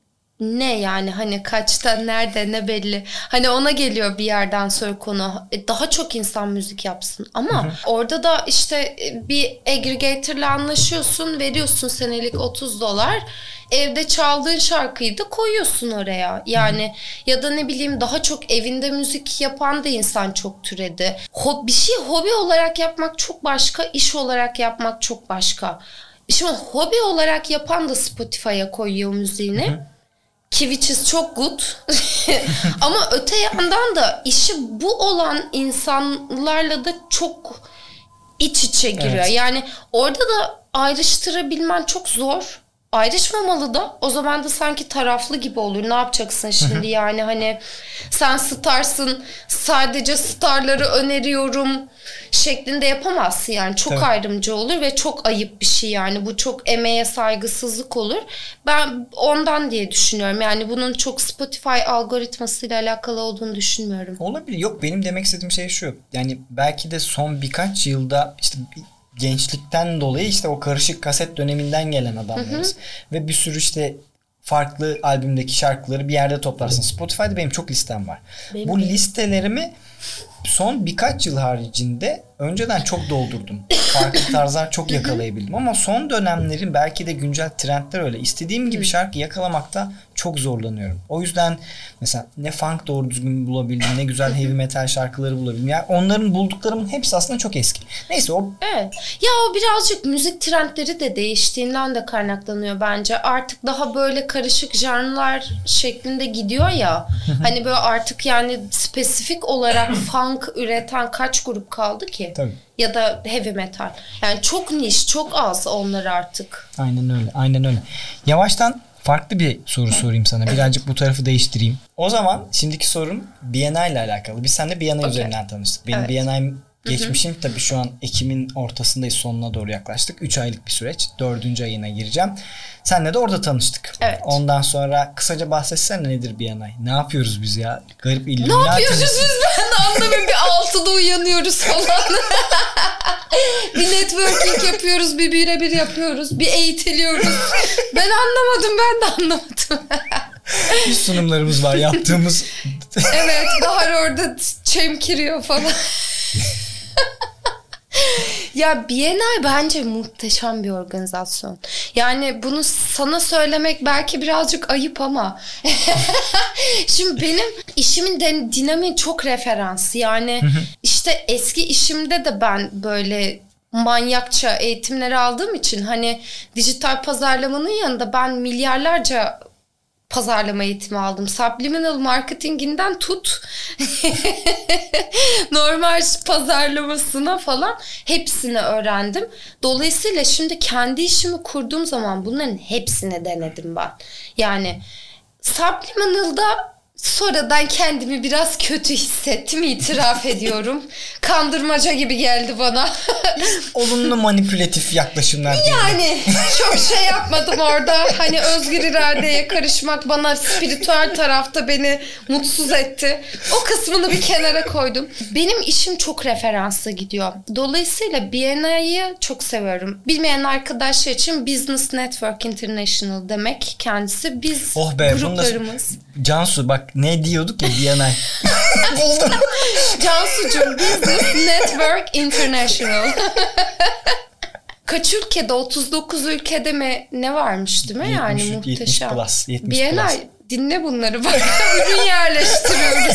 ne yani hani kaçta nerede ne belli. Hani ona geliyor bir yerden sonra konu. Daha çok insan müzik yapsın ama hı hı. orada da işte bir aggregator'la anlaşıyorsun, veriyorsun senelik otuz dolar. Evde çaldığın şarkıyı da koyuyorsun oraya. Yani hı. ya da ne bileyim daha çok evinde müzik yapan da insan çok türedi. Ho- bir şey hobi olarak yapmak çok başka, iş olarak yapmak çok başka. Şimdi hobi olarak yapan da Spotify'a koyuyor müziğini. Hı hı. Ki which is çok good. Ama öte yandan da işi bu olan insanlarla da çok iç içe giriyor. Evet. Yani orada da ayrıştırabilmen çok zor. Ayrışmamalı da. O zaman da sanki taraflı gibi olur. Ne yapacaksın şimdi yani hani sen starsın, sadece starları öneriyorum şeklinde yapamazsın yani. Çok Tabii. ayrımcı olur ve çok ayıp bir şey yani. Bu çok emeğe saygısızlık olur. Ben ondan diye düşünüyorum. Yani bunun çok Spotify algoritmasıyla alakalı olduğunu düşünmüyorum. Olabilir. Yok, benim demek istediğim şey şu. Yani belki de son birkaç yılda işte gençlikten dolayı işte o karışık kaset döneminden gelen adamlarız. Hı hı. Ve bir sürü işte farklı albümdeki şarkıları bir yerde toplarsın. Spotify'da benim çok listem var. Benim Bu benim. listelerimi son birkaç yıl haricinde önceden çok doldurdum. Farklı tarzlar çok yakalayabildim. Ama son dönemlerin belki de güncel trendler öyle. İstediğim gibi şarkı yakalamakta çok zorlanıyorum. O yüzden mesela ne funk doğru düzgün bulabildim, ne güzel heavy metal şarkıları bulabildim. Yani onların bulduklarımın hepsi aslında çok eski. Neyse o... Evet. Ya o birazcık müzik trendleri de değiştiğinden de kaynaklanıyor bence. Artık daha böyle karışık janrlar şeklinde gidiyor ya. Hani böyle artık yani spesifik olarak funk üreten kaç grup kaldı ki? Tabii. Ya da heavy metal. Yani çok niş, çok az onlar artık. Aynen öyle, aynen öyle. Yavaştan farklı bir soru sorayım sana. Birazcık bu tarafı değiştireyim. O zaman şimdiki sorum B and I ile alakalı. Biz seninle B and I okay. üzerinden tanıştık. Benim evet. B and I geçmişim Hı-hı. tabii şu an Ekim'in ortasındayız, sonuna doğru yaklaştık. üç aylık bir süreç. dördüncü ayına gireceğim. Seninle de orada tanıştık. Evet. Ondan sonra kısaca bahsetsene nedir B and I? Ne yapıyoruz biz ya? Garip illuminati. Ne yapıyoruz biz? Ben de anlamıyorum. Bir altıda uyanıyoruz falan. Bir networking yapıyoruz. Bir birebir yapıyoruz. Bir eğitiliyoruz. Ben anlamadım. Ben de anlamadım. Bir sunumlarımız var yaptığımız. Evet. Bahar orada çemkiriyor falan. Ya B and I bence muhteşem bir organizasyon. Yani bunu sana söylemek belki birazcık ayıp ama şimdi benim işimin de, dinamiği çok referans. Yani işte eski işimde de ben böyle manyakça eğitimler aldığım için hani dijital pazarlamanın yanında ben milyarlarca pazarlama eğitimi aldım. Subliminal marketinginden tut normal pazarlamasına falan hepsini öğrendim. Dolayısıyla şimdi kendi işimi kurduğum zaman bunların hepsini denedim ben. Yani Subliminal'da Sonradan kendimi biraz kötü hissettim, itiraf ediyorum. Kandırmaca gibi geldi bana. Olumlu manipülatif yaklaşımlar değil. Yani çok şey yapmadım orada. Hani özgür iradeye karışmak bana spiritüel tarafta beni mutsuz etti. O kısmını bir kenara koydum. Benim işim çok referansla gidiyor. Dolayısıyla B N I'yi çok seviyorum. Bilmeyen arkadaşlar için Business Network International demek kendisi. Biz oh be, gruplarımız. Cansu bak ne diyorduk ya B N I. Buldum. Cansu'cum Business Network International. Kaç ülkede? otuz dokuz ülkede mi ne varmış değil mi? Yani yetmiş, muhteşem. yetmiş plus, yetmiş B N I plus. dinle bunları bak. Ürün yerleştiriyoruz.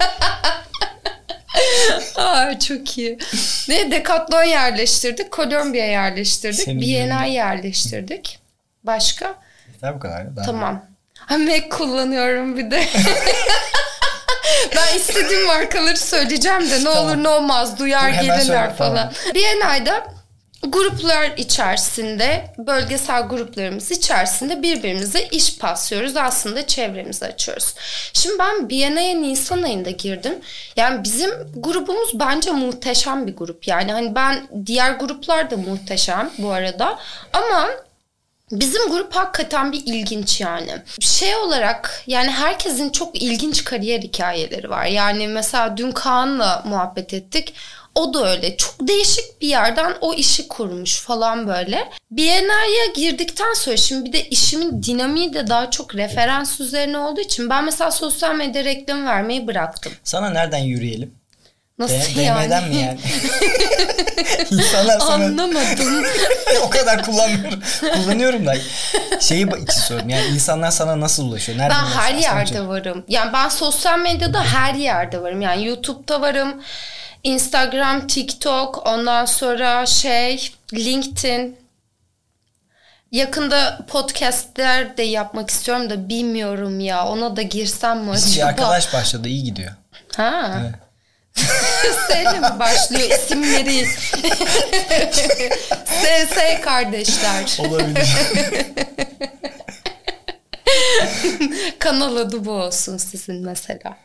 Aa, çok iyi. Ne Decathlon yerleştirdik, Columbia yerleştirdik, Senin B N I yerinde. yerleştirdik. Başka? Yeter bu kadar. Daha Tamam. Ha, Mac kullanıyorum bir de. Ben istediğim markaları söyleyeceğim de ne Tamam. olur ne olmaz duyar Dur, hemen gelirler söyle, falan. B N I'da gruplar içerisinde, bölgesel gruplarımız içerisinde birbirimize iş paslıyoruz. Aslında çevremizi açıyoruz. Şimdi ben B N I'ye Nisan ayında girdim. Yani bizim grubumuz bence muhteşem bir grup. Yani hani ben diğer gruplar da muhteşem bu arada. Ama bizim grup hakikaten bir ilginç yani. Şey olarak yani herkesin çok ilginç kariyer hikayeleri var. Yani mesela dün Kaan'la muhabbet ettik. O da öyle. Çok değişik bir yerden o işi kurmuş falan böyle. B N I'ye girdikten sonra şimdi bir de işimin dinamiği de daha çok referans üzerine olduğu için ben mesela sosyal medya reklamı vermeyi bıraktım. sana nereden yürüyelim? Nasıl D- yani? D M'den mi yani? İnsanlar sana... Anlamadım. O kadar kullanmıyorum. Kullanıyorum da. Şeyi için sordum. Yani insanlar sana nasıl ulaşıyor? Nereden Ben ulaşıyor? her Aslında yerde çok- varım. Yani ben sosyal medyada her yerde varım. Yani YouTube'da varım. Instagram, TikTok, ondan sonra şey, LinkedIn. Yakında podcastler de yapmak istiyorum da bilmiyorum ya. Ona da girsem mi Bizim bir acaba? arkadaş başladı. İyi gidiyor. Ha. Evet. S'yle mi başlıyor isimleri? S S kardeşler. Olabilir. Kanal adı bu olsun sizin mesela.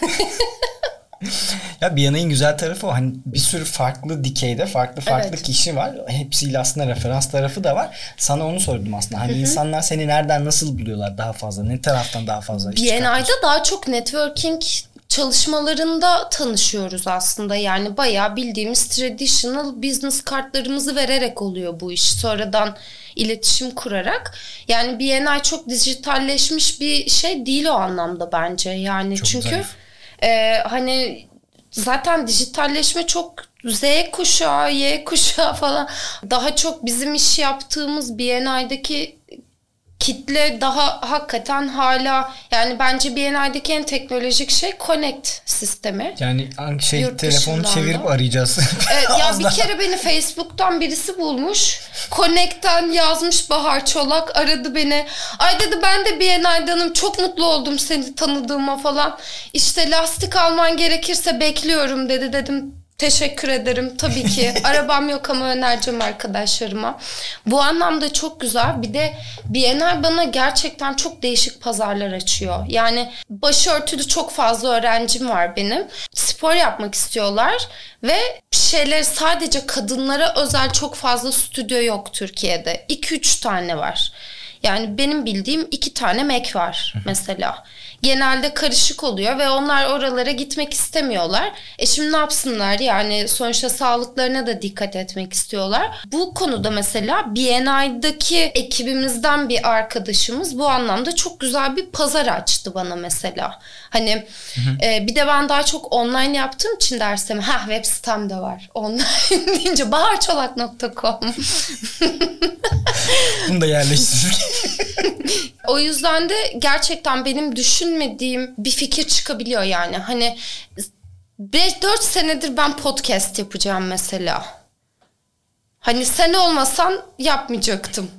Ya B N I'nin güzel tarafı o. Hani bir sürü farklı dikeyde farklı farklı Evet. kişi var. Hepsiyle aslında referans tarafı da var. Sana onu sordum aslında. Hani insanlar seni nereden nasıl buluyorlar daha fazla? Ne taraftan daha fazla iş B N çıkartıyorsun? I'da daha çok networking çalışmalarında tanışıyoruz aslında. Yani bayağı bildiğimiz traditional business kartlarımızı vererek oluyor bu iş. Sonradan iletişim kurarak. Yani B N I çok dijitalleşmiş bir şey değil o anlamda bence. Yani Çok çünkü zayıf. e, hani zaten dijitalleşme çok Z kuşağı, Y kuşağı falan daha çok bizim iş yaptığımız B N I'daki kitle daha hakikaten hala yani bence B N I'deki en teknolojik şey Connect sistemi. Yani şey Yurt telefonu dışından çevirip da. arayacağız. Evet, ya Az bir daha. kere beni Facebook'tan birisi bulmuş. Connect'ten yazmış Bahar Çolak. Aradı beni. Ay dedi ben de B N I'danım. Çok mutlu oldum seni tanıdığıma falan. İşte lastik alman gerekirse bekliyorum dedi. Dedim teşekkür ederim tabii ki. Arabam yok ama önereceğim arkadaşlarıma. Bu anlamda çok güzel. Bir de B N I bana gerçekten çok değişik pazarlar açıyor. Yani başörtülü çok fazla öğrencim var benim. Spor yapmak istiyorlar ve şeyler sadece kadınlara özel çok fazla stüdyo yok Türkiye'de. iki üç tane var. Yani benim bildiğim iki tane Mac var mesela. Genelde karışık oluyor ve onlar oralara gitmek istemiyorlar. E şimdi ne yapsınlar yani sonuçta sağlıklarına da dikkat etmek istiyorlar. Bu konuda mesela B N I'daki ekibimizden bir arkadaşımız bu anlamda çok güzel bir pazar açtı bana mesela. Hani e, bir de ben daha çok online yaptığım için dersem ha web sitem de var. Online deyince baharçolak nokta com. Bunu da yerleştirdik. O yüzden de gerçekten benim düşünmediğim bir fikir çıkabiliyor yani. Hani beş dört senedir ben podcast yapacağım mesela. Hani sen olmasan yapmayacaktım.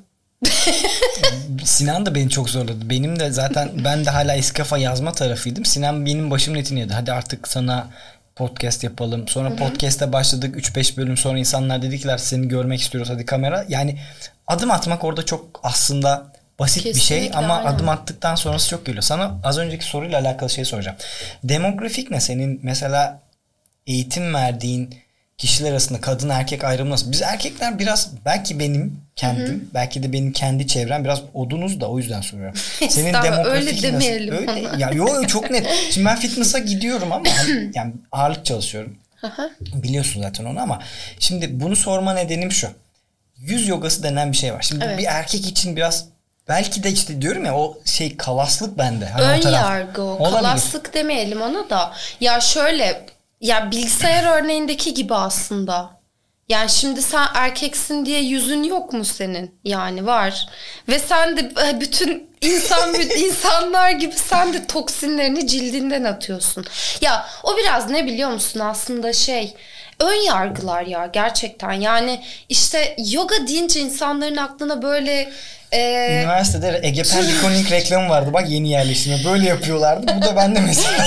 Sinan da beni çok zorladı. Benim de zaten ben de hala eski kafa yazma tarafıydım. Sinan benim başımın etini yedi. Hadi artık sana podcast yapalım. Sonra podcast'e başladık. üç beş bölüm sonra insanlar dedikler seni görmek istiyoruz hadi kamera. Yani adım atmak orada çok aslında basit Kesinlikle, bir şey ama aynen. adım attıktan sonrası çok geliyor. Sana az önceki soruyla alakalı şey soracağım. Demografik ne senin mesela eğitim verdiğin kişiler arasında kadın erkek ayrımı nasıl? Biz erkekler biraz belki benim kendim hı hı. belki de benim kendi çevrem biraz odunuz da o yüzden soruyorum. Senin demografik öyle demeyelim nasıl? Öyle, ya yo çok net. Şimdi ben fitness'a gidiyorum ama hani, yani ağırlık çalışıyorum. Biliyorsun zaten onu ama şimdi bunu sorma nedenim şu. Yüz yogası denen bir şey var. Şimdi evet. bir erkek için biraz belki de işte diyorum ya o şey kalaslık bende. Hani ön o yargı o. Olabilir. Kalaslık demeyelim ona da. Ya şöyle ya bilgisayar örneğindeki gibi aslında. Yani şimdi sen erkeksin diye yüzün yok mu senin? Yani var. Ve sen de bütün insan insanlar gibi sen de toksinlerini cildinden atıyorsun. Ya o biraz ne biliyor musun aslında şey ön yargılar ya gerçekten. Yani işte yoga deyince insanların aklına böyle Ee, Üniversitede Ege Pendikonik reklamı vardı. Bak yeni yerleştirme. Böyle yapıyorlardı. Bu da bende mesela.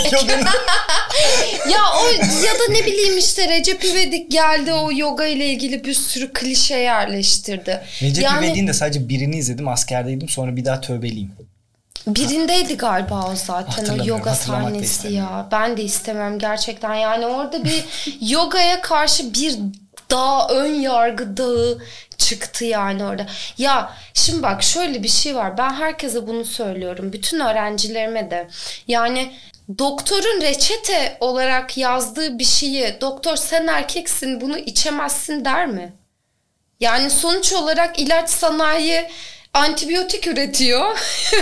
ya o ya da ne bileyim işte Recep İvedik geldi o yoga ile ilgili bir sürü klişe yerleştirdi. Recep yani, İvedik'in de sadece birini izledim. Askerdeydim. Sonra bir daha tövbeliyim. Birindeydi galiba o zaten o yoga sahnesi ya. Ben de istemem gerçekten. Yani orada bir yogaya karşı bir dağ, ön yargı dağı çıktı yani orada. Ya şimdi bak şöyle bir şey var. Ben herkese bunu söylüyorum. Bütün öğrencilerime de. Yani doktorun reçete olarak yazdığı bir şeyi doktor sen erkeksin bunu içemezsin der mi? Yani sonuç olarak ilaç sanayi antibiyotik üretiyor.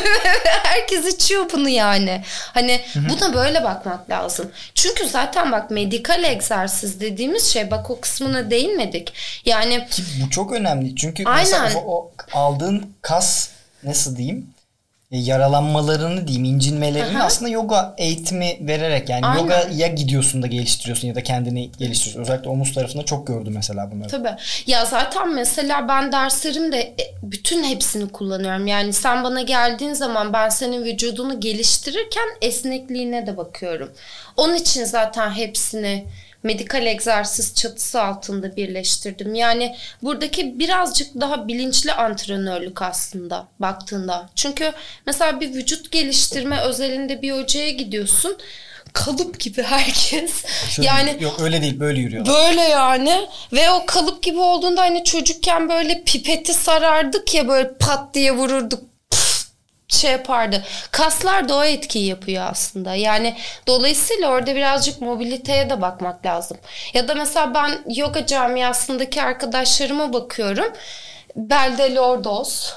Herkes içiyor bunu yani. Hani buna böyle bakmak lazım. Çünkü zaten bak medikal egzersiz dediğimiz şey bak o kısmına değinmedik. Yani ki bu çok önemli. Çünkü aynen. Mesela o, o aldığın kas nasıl diyeyim? Yaralanmalarını diyeyim, incinmelerini aha. aslında yoga eğitimi vererek yani aynen. yogaya gidiyorsun da geliştiriyorsun ya da kendini geliştiriyorsun. Özellikle omuz tarafında çok gördüm mesela bunları. Tabii. Ya zaten mesela ben derslerimde bütün hepsini kullanıyorum. Yani sen bana geldiğin zaman ben senin vücudunu geliştirirken esnekliğine de bakıyorum. Onun için zaten hepsini medikal egzersiz çatısı altında birleştirdim. Yani buradaki birazcık daha bilinçli antrenörlük aslında baktığında. Çünkü mesela bir vücut geliştirme özelinde bir hocaya gidiyorsun. Kalıp gibi herkes. Şöyle, yani yok öyle değil böyle yürüyorlar. Böyle yani ve o kalıp gibi olduğunda hani çocukken böyle pipeti sarardık ya böyle pat diye vururduk. Şey yapardı. Kaslar da o etkiyi yapıyor aslında. Yani dolayısıyla orada birazcık mobiliteye de bakmak lazım. Ya da mesela ben yoga camiasındaki arkadaşlarıma bakıyorum. Belde lordoz,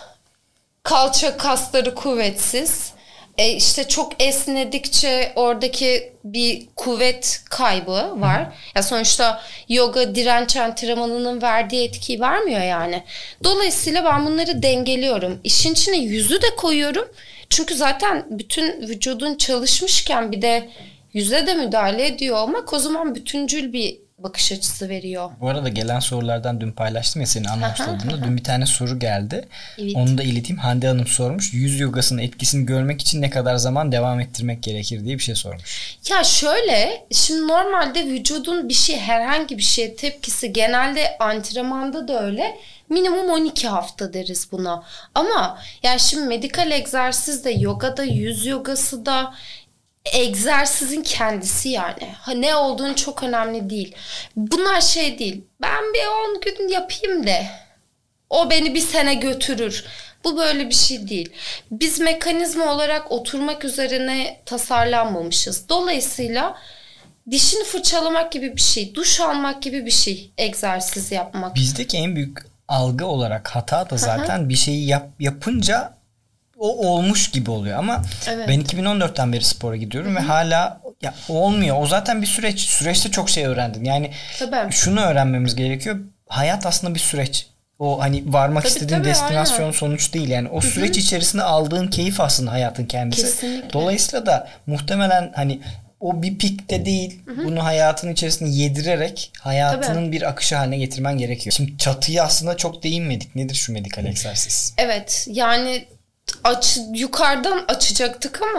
kalça kasları kuvvetsiz. E işte çok esnedikçe oradaki bir kuvvet kaybı var. Hı. Ya sonuçta yoga direnç antrenmanının verdiği etkiyi vermiyor yani. Dolayısıyla ben bunları dengeliyorum. İşin içine yüzü de koyuyorum. Çünkü zaten bütün vücudun çalışmışken bir de yüze de müdahale ediyor olmak o zaman bütüncül bir bakış açısı veriyor. Bu arada gelen sorulardan dün paylaştım ya senin anons olduğunda. Dün bir tane soru geldi. Evet. Onu da ileteyim. Hande Hanım sormuş. Yüz yogasının etkisini görmek için ne kadar zaman devam ettirmek gerekir diye bir şey sormuş. Ya şöyle, şimdi normalde vücudun bir şey herhangi bir şeye tepkisi genelde antrenmanda da öyle. Minimum on iki hafta deriz buna. Ama yani şimdi medikal egzersiz de yogada, yüz yogası da egzersizin kendisi yani. Ha, ne olduğunu çok önemli değil. Bunlar şey değil. Ben bir on gün yapayım de o beni bir sene götürür. Bu böyle bir şey değil. Biz mekanizma olarak oturmak üzerine tasarlanmamışız. Dolayısıyla dişini fırçalamak gibi bir şey, duş almak gibi bir şey egzersiz yapmak. Bizdeki en büyük algı olarak hata da zaten bir şeyi yap, yapınca o olmuş gibi oluyor ama evet. Ben iki bin on dörtten beri spora gidiyorum Hı-hı. ve hala ya, olmuyor. O zaten bir süreç. Süreçte çok şey öğrendim. Yani tabii. Şunu öğrenmemiz gerekiyor. Hayat aslında bir süreç. O hani varmak tabii, istediğin tabii, destinasyon aynen. Sonuç değil. Yani o Hı-hı. süreç içerisinde aldığın keyif aslında hayatın kendisi. Kesinlikle. Dolayısıyla da muhtemelen hani o bir pikte değil. Hı-hı. Bunu hayatın içerisinde yedirerek hayatının tabii. bir akışı haline getirmen gerekiyor. Şimdi çatıyı aslında çok değinmedik. Nedir şu medikal egzersiz? Evet. Yani aç, yukarıdan açacaktık ama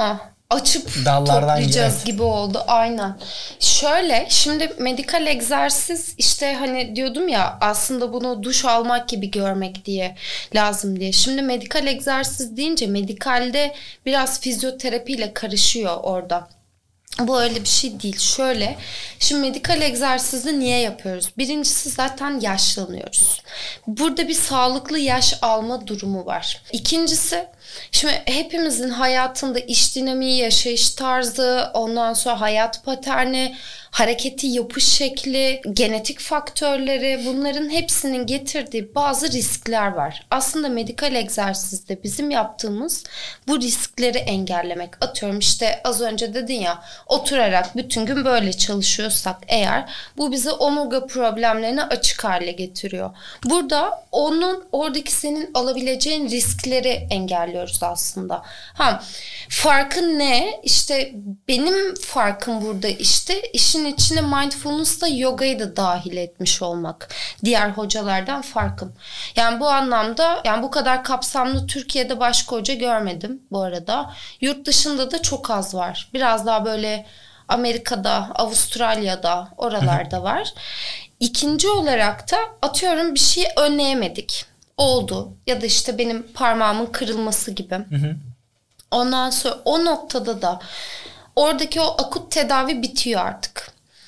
açıp dallardan toplayacağız evet. gibi oldu. Aynen. Şöyle şimdi medikal egzersiz işte hani diyordum ya aslında bunu duş almak gibi görmek diye lazım diye. Şimdi medikal egzersiz deyince medikalde biraz fizyoterapiyle karışıyor orada. Bu öyle bir şey değil. Şöyle, şimdi medikal egzersizi niye yapıyoruz? Birincisi zaten yaşlanıyoruz. Burada bir sağlıklı yaş alma durumu var. İkincisi, şimdi hepimizin hayatında iş dinamiği, yaşayış tarzı, ondan sonra hayat paterni, hareketi yapış şekli, genetik faktörleri, bunların hepsinin getirdiği bazı riskler var. Aslında medikal egzersizde bizim yaptığımız bu riskleri engellemek. Atıyorum işte az önce dedin ya, oturarak bütün gün böyle çalışıyorsak eğer bu bize omurga problemlerini açık hale getiriyor. Burada onun oradaki senin alabileceğin riskleri engelliyoruz aslında. Ha, farkın ne? İşte benim farkım burada işte işin içine mindfulness'la yogayı da dahil etmiş olmak. Diğer hocalardan farkım. Yani bu anlamda yani bu kadar kapsamlı Türkiye'de başka hoca görmedim bu arada. Yurt dışında da çok az var. Biraz daha böyle Amerika'da, Avustralya'da, oralarda var. İkinci olarak da atıyorum bir şey önleyemedik. Oldu. Ya da işte benim parmağımın kırılması gibi. Hı hı. Ondan sonra o noktada da oradaki o akut tedavi bitiyor artık.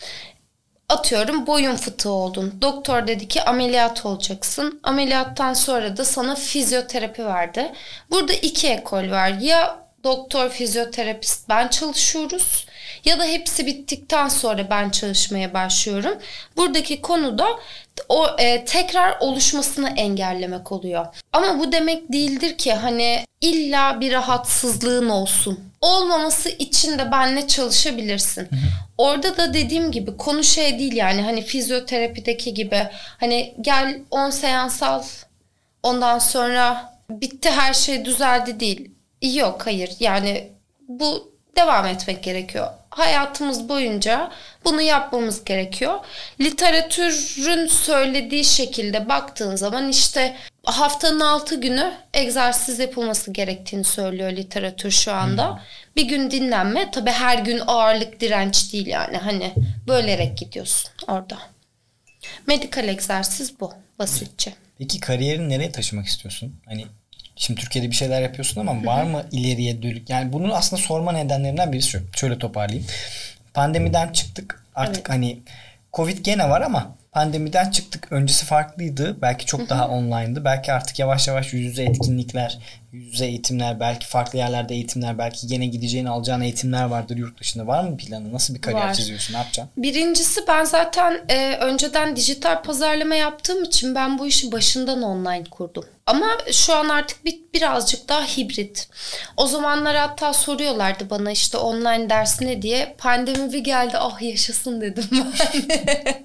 Atıyorum boyun fıtığı oldun. Doktor dedi ki ameliyat olacaksın. Ameliyattan sonra da sana fizyoterapi verdi. Burada iki ekol var. Ya doktor, fizyoterapist ben çalışıyoruz ya da hepsi bittikten sonra ben çalışmaya başlıyorum. Buradaki konu da o e, tekrar oluşmasını engellemek oluyor. Ama bu demek değildir ki hani illa bir rahatsızlığın olsun. Olmaması için de benimle çalışabilirsin. Hı hı. Orada da dediğim gibi konu şey değil yani hani fizyoterapideki gibi hani gel on seans al ondan sonra bitti her şey düzeldi değil. Yok hayır yani bu devam etmek gerekiyor. Hayatımız boyunca bunu yapmamız gerekiyor. Literatürün söylediği şekilde baktığın zaman işte haftanın altı günü egzersiz yapılması gerektiğini söylüyor literatür şu anda. Hmm. Bir gün dinlenme. Tabii her gün ağırlık direnç değil yani. Hani bölerek gidiyorsun orada. Medikal egzersiz bu basitçe. Peki kariyerini nereye taşımak istiyorsun? Hani şimdi Türkiye'de bir şeyler yapıyorsun ama var mı ileriye dönük? Yani bunu aslında sorma nedenlerinden birisi şu. Şöyle toparlayayım. Pandemiden çıktık. Artık evet. Hani Covid gene var ama pandemiden çıktık. Öncesi farklıydı. Belki çok daha online'dı. Belki artık yavaş yavaş yüz yüze etkinlikler, yüz yüze eğitimler, belki farklı yerlerde eğitimler, belki gene gideceğin, alacağın eğitimler vardır yurt dışında. Var mı planı? Nasıl bir kariyer var. Çiziyorsun? Ne yapacaksın? Birincisi ben zaten e, önceden dijital pazarlama yaptığım için ben bu işi başından online kurdum. Ama şu an artık bir, birazcık daha hibrit. O zamanlar hatta soruyorlardı bana işte online ders ne diye. Pandemi bir geldi ah yaşasın dedim ben.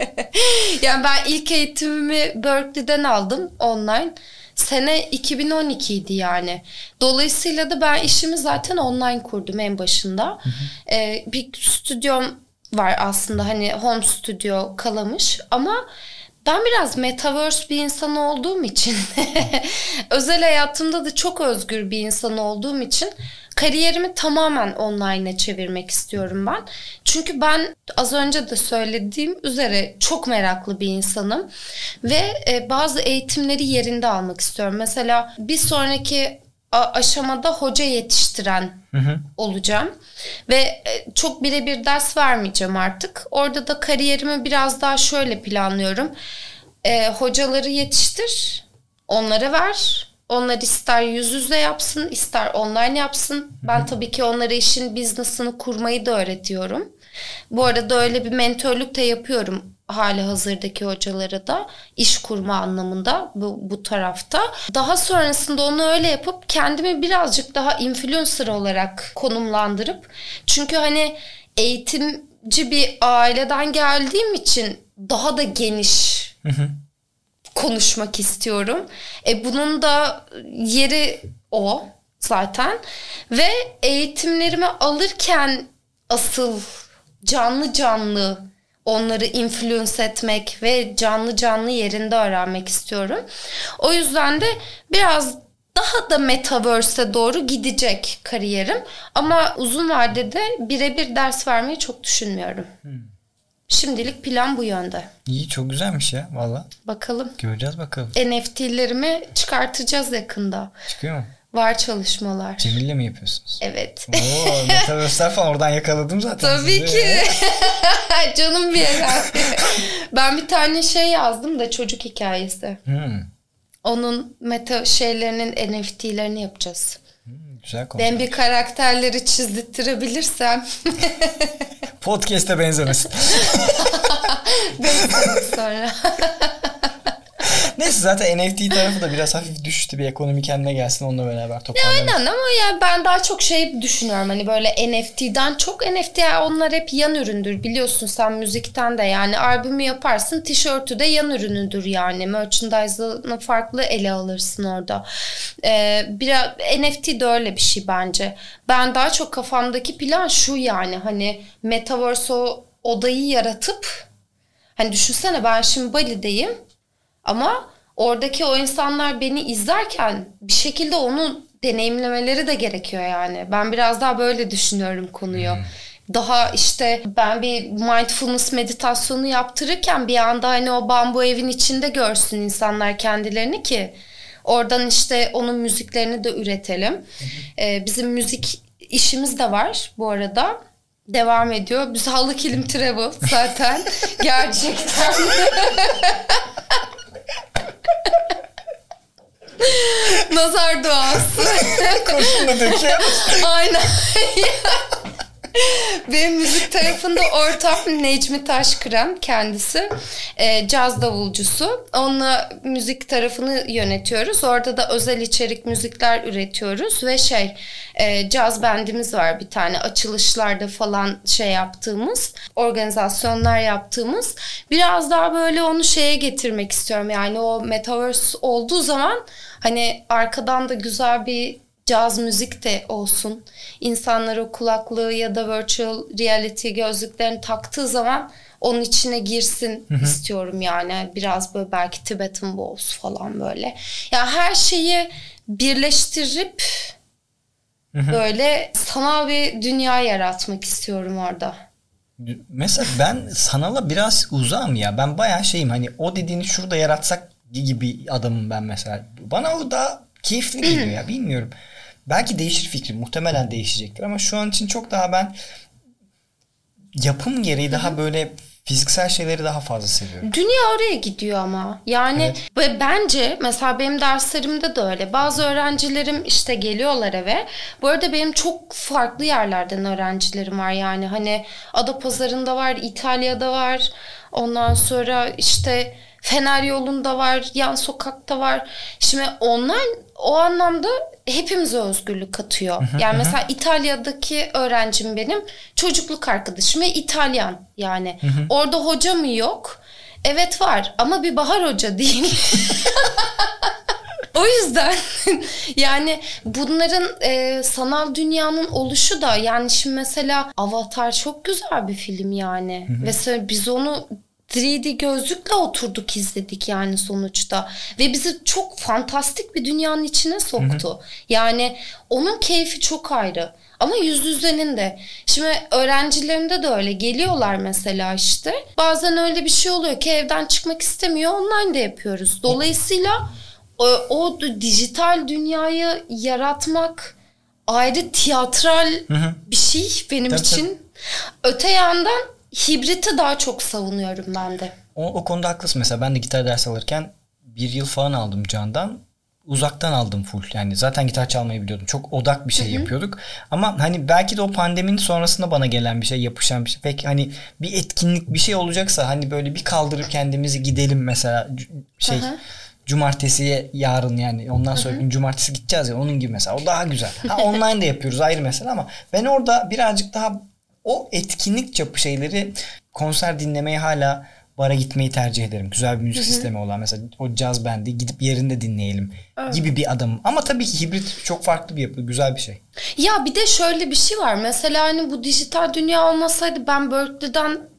Yani ben ilk eğitimimi Berkeley'den aldım online. Sene iki bin on iki idi yani. Dolayısıyla da ben işimi zaten online kurdum en başında. Hı hı. Ee, bir stüdyom var aslında hani home studio Kalamış ama ben biraz metaverse bir insan olduğum için özel hayatımda da çok özgür bir insan olduğum için kariyerimi tamamen online'a çevirmek istiyorum ben. Çünkü ben az önce de söylediğim üzere çok meraklı bir insanım ve e, bazı eğitimleri yerinde almak istiyorum. Mesela bir sonraki aşamada hoca yetiştiren hı hı. olacağım ve çok birebir ders vermeyeceğim artık. Orada da kariyerimi biraz daha şöyle planlıyorum. E, hocaları yetiştir, onlara ver. Onlar ister yüz yüze yapsın, ister online yapsın. Hı hı. Ben tabii ki onlara işin business'ını kurmayı da öğretiyorum. Bu arada öyle bir mentörlük de yapıyorum. Hali hazırdaki hocalara da iş kurma anlamında bu, bu tarafta. Daha sonrasında onu öyle yapıp kendimi birazcık daha influencer olarak konumlandırıp çünkü hani eğitimci bir aileden geldiğim için daha da geniş hı hı. konuşmak istiyorum. E bunun da yeri o zaten ve eğitimlerimi alırken asıl canlı canlı onları influence etmek ve canlı canlı yerinde öğrenmek istiyorum. O yüzden de biraz daha da metaverse'e doğru gidecek kariyerim. Ama uzun vadede birebir ders vermeyi çok düşünmüyorum. Hmm. Şimdilik plan bu yönde. İyi, çok güzelmiş ya valla. Bakalım. Göreceğiz bakalım. N F T'lerimi çıkartacağız yakında. Çıkıyor mu? Var çalışmalar. Cemil'le mi yapıyorsunuz? Evet. Oo, metaverse'ler falan oradan yakaladım zaten. Tabii sizi. ki. Canım bir herhalde. Ben bir tane şey yazdım da çocuk hikayesi. Hmm. Onun meta şeylerinin N F T'lerini yapacağız. Hmm, güzel konuşma. Ben bir karakterleri çizdirtirebilirsem. Podcast'e benzemesin. Benzemesin sonra. Neyse zaten N F T tarafı da biraz hafif düştü, bir ekonomi kendine gelsin, onunla beraber toparlanır. Aynen ama yani ben daha çok şey düşünüyorum hani böyle N F T'den çok N F T onlar hep yan üründür biliyorsun sen müzikten de yani albümü yaparsın tişörtü de yan ürünüdür yani merchandise'ını farklı ele alırsın orada. Ee, biraz N F T de öyle bir şey bence. Ben daha çok kafamdaki plan şu yani hani metaverse o odayı yaratıp hani düşünsene ben şimdi Bali'deyim. Ama oradaki o insanlar beni izlerken bir şekilde onu deneyimlemeleri de gerekiyor yani. Ben biraz daha böyle düşünüyorum konuyu. Hmm. Daha işte ben bir mindfulness meditasyonu yaptırırken bir anda hani o bambu evin içinde görsün insanlar kendilerini ki oradan işte onun müziklerini de üretelim. Hmm. Ee, bizim müzik işimiz de var bu arada. Devam ediyor. Biz Halı Kilim Travel zaten gerçekten. Nazar duası. Kurşunla döküyor. Aynen. Benim müzik tarafında ortam Necmi Taşkıran kendisi. E, caz davulcusu. Onunla müzik tarafını yönetiyoruz. Orada da özel içerik müzikler üretiyoruz. Ve şey e, caz bandimiz var bir tane. Açılışlarda falan şey yaptığımız, organizasyonlar yaptığımız. Biraz daha böyle onu şeye getirmek istiyorum. Yani o metaverse olduğu zaman hani arkadan da güzel bir caz müzik de olsun. İnsanlar o kulaklığı ya da virtual reality gözlüklerini taktığı zaman onun içine girsin Hı-hı. istiyorum yani. Biraz böyle belki Tibetan Bowls falan böyle. Ya yani her şeyi birleştirip Hı-hı. böyle sanal bir dünya yaratmak istiyorum orada. Mesela ben sanala biraz uzağım ya. Ben bayağı şeyim hani o dediğini şurada yaratsak gibi adamım ben mesela. Bana o da keyifli geliyor ya bilmiyorum. Belki değişir fikrim. Muhtemelen değişecektir ama şu an için çok daha ben yapım gereği daha böyle fiziksel şeyleri daha fazla seviyorum. Dünya oraya gidiyor ama. Yani evet. Bence mesela benim derslerimde de öyle. Bazı öğrencilerim işte geliyorlar eve. Bu arada benim çok farklı yerlerden öğrencilerim var. Yani hani Adapazarı'nda var, İtalya'da var. Ondan sonra işte Fener yolunda var, yan sokakta var. Şimdi onlar o anlamda hepimize özgürlük katıyor. Yani mesela İtalya'daki öğrencim benim çocukluk arkadaşım ve İtalyan yani. Orada hoca mı yok? Evet var ama bir Bahar Hoca değil. O yüzden yani bunların e, sanal dünyanın oluşu da yani şimdi mesela Avatar çok güzel bir film yani. Mesela biz onu üç D gözlükle oturduk izledik yani sonuçta. Ve bizi çok fantastik bir dünyanın içine soktu. Hı hı. Yani onun keyfi çok ayrı. Ama yüz yüzenin de. Şimdi öğrencilerimde de öyle. Geliyorlar mesela işte. Bazen öyle bir şey oluyor ki evden çıkmak istemiyor. Online de yapıyoruz. Dolayısıyla o, o dijital dünyayı yaratmak ayrı tiyatral hı hı. bir şey benim tabii, için. Tabii. Öte yandan hibriti daha çok savunuyorum ben de. O, o konuda haklısın. Mesela ben de gitar dersi alırken bir yıl falan aldım Can'dan. Uzaktan aldım full. Yani zaten gitar çalmayı biliyordum. Çok odak bir şey Hı-hı. yapıyorduk. Ama hani belki de o pandeminin sonrasında bana gelen bir şey, yapışan bir şey. Peki hani bir etkinlik bir şey olacaksa hani böyle bir kaldırıp kendimizi gidelim mesela şey Hı-hı. cumartesiye yarın yani ondan sonra gün cumartesi gideceğiz ya onun gibi mesela. O daha güzel. Ha, online de yapıyoruz ayrı mesele ama ben orada birazcık daha o etkinlik çapı şeyleri konser dinlemeyi hala bara gitmeyi tercih ederim. Güzel bir müzik Hı-hı. sistemi olan mesela o caz bendi gidip yerinde dinleyelim evet. gibi bir adamım. Ama tabii ki hibrit çok farklı bir yapı. Güzel bir şey. Ya bir de şöyle bir şey var. Mesela hani bu dijital dünya olmasaydı ben Berkeley'den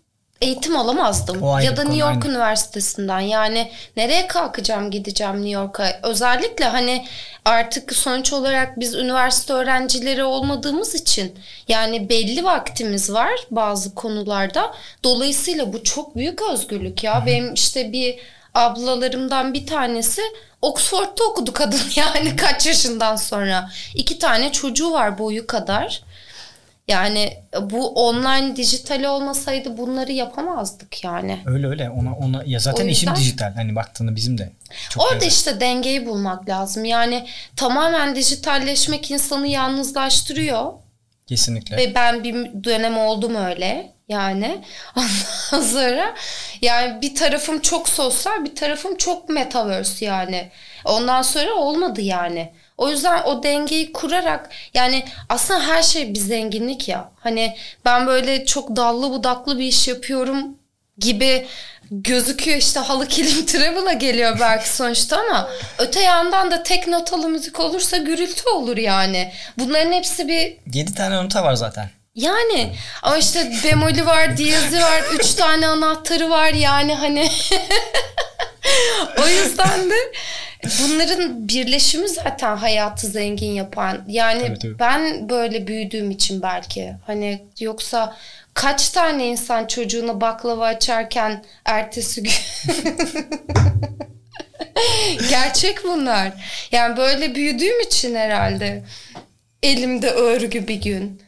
eğitim alamazdım. Ya da New York aynı. Üniversitesi'nden. Yani nereye kalkacağım, gideceğim New York'a? Özellikle hani artık sonuç olarak biz üniversite öğrencileri olmadığımız için yani belli vaktimiz var bazı konularda. Dolayısıyla bu çok büyük özgürlük ya. Hı-hı. Benim işte bir ablalarımdan bir tanesi Oxford'da okudu kadın yani kaç yaşından sonra. İki tane çocuğu var boyu kadar. Yani bu online dijital olmasaydı bunları yapamazdık yani. Öyle öyle. Ona ona ya zaten işim dijital. Hani baktığında bizim de. Çok orada güzel. İşte dengeyi bulmak lazım. Yani tamamen dijitalleşmek insanı yalnızlaştırıyor. Kesinlikle. Ve ben bir dönem oldum öyle. Yani ondan sonra yani bir tarafım çok sosyal, bir tarafım çok metaverse yani. Ondan sonra olmadı yani. O yüzden o dengeyi kurarak yani aslında her şey bir zenginlik ya. Hani ben böyle çok dallı budaklı bir iş yapıyorum gibi gözüküyor, işte halı kilim travel'a geliyor belki sonuçta ama öte yandan da tek notalı müzik olursa gürültü olur yani. Bunların hepsi bir... yedi tane nota var zaten. Yani ama işte bemolü var, diyezi var, üç tane anahtarı var yani hani. O yüzden de bunların birleşimi zaten hayatı zengin yapan. Yani evet, evet. Ben böyle büyüdüğüm için belki hani yoksa kaç tane insan çocuğuna baklava açarken ertesi gün gerçek bunlar. Yani böyle büyüdüğüm için herhalde elimde örgü bir gün.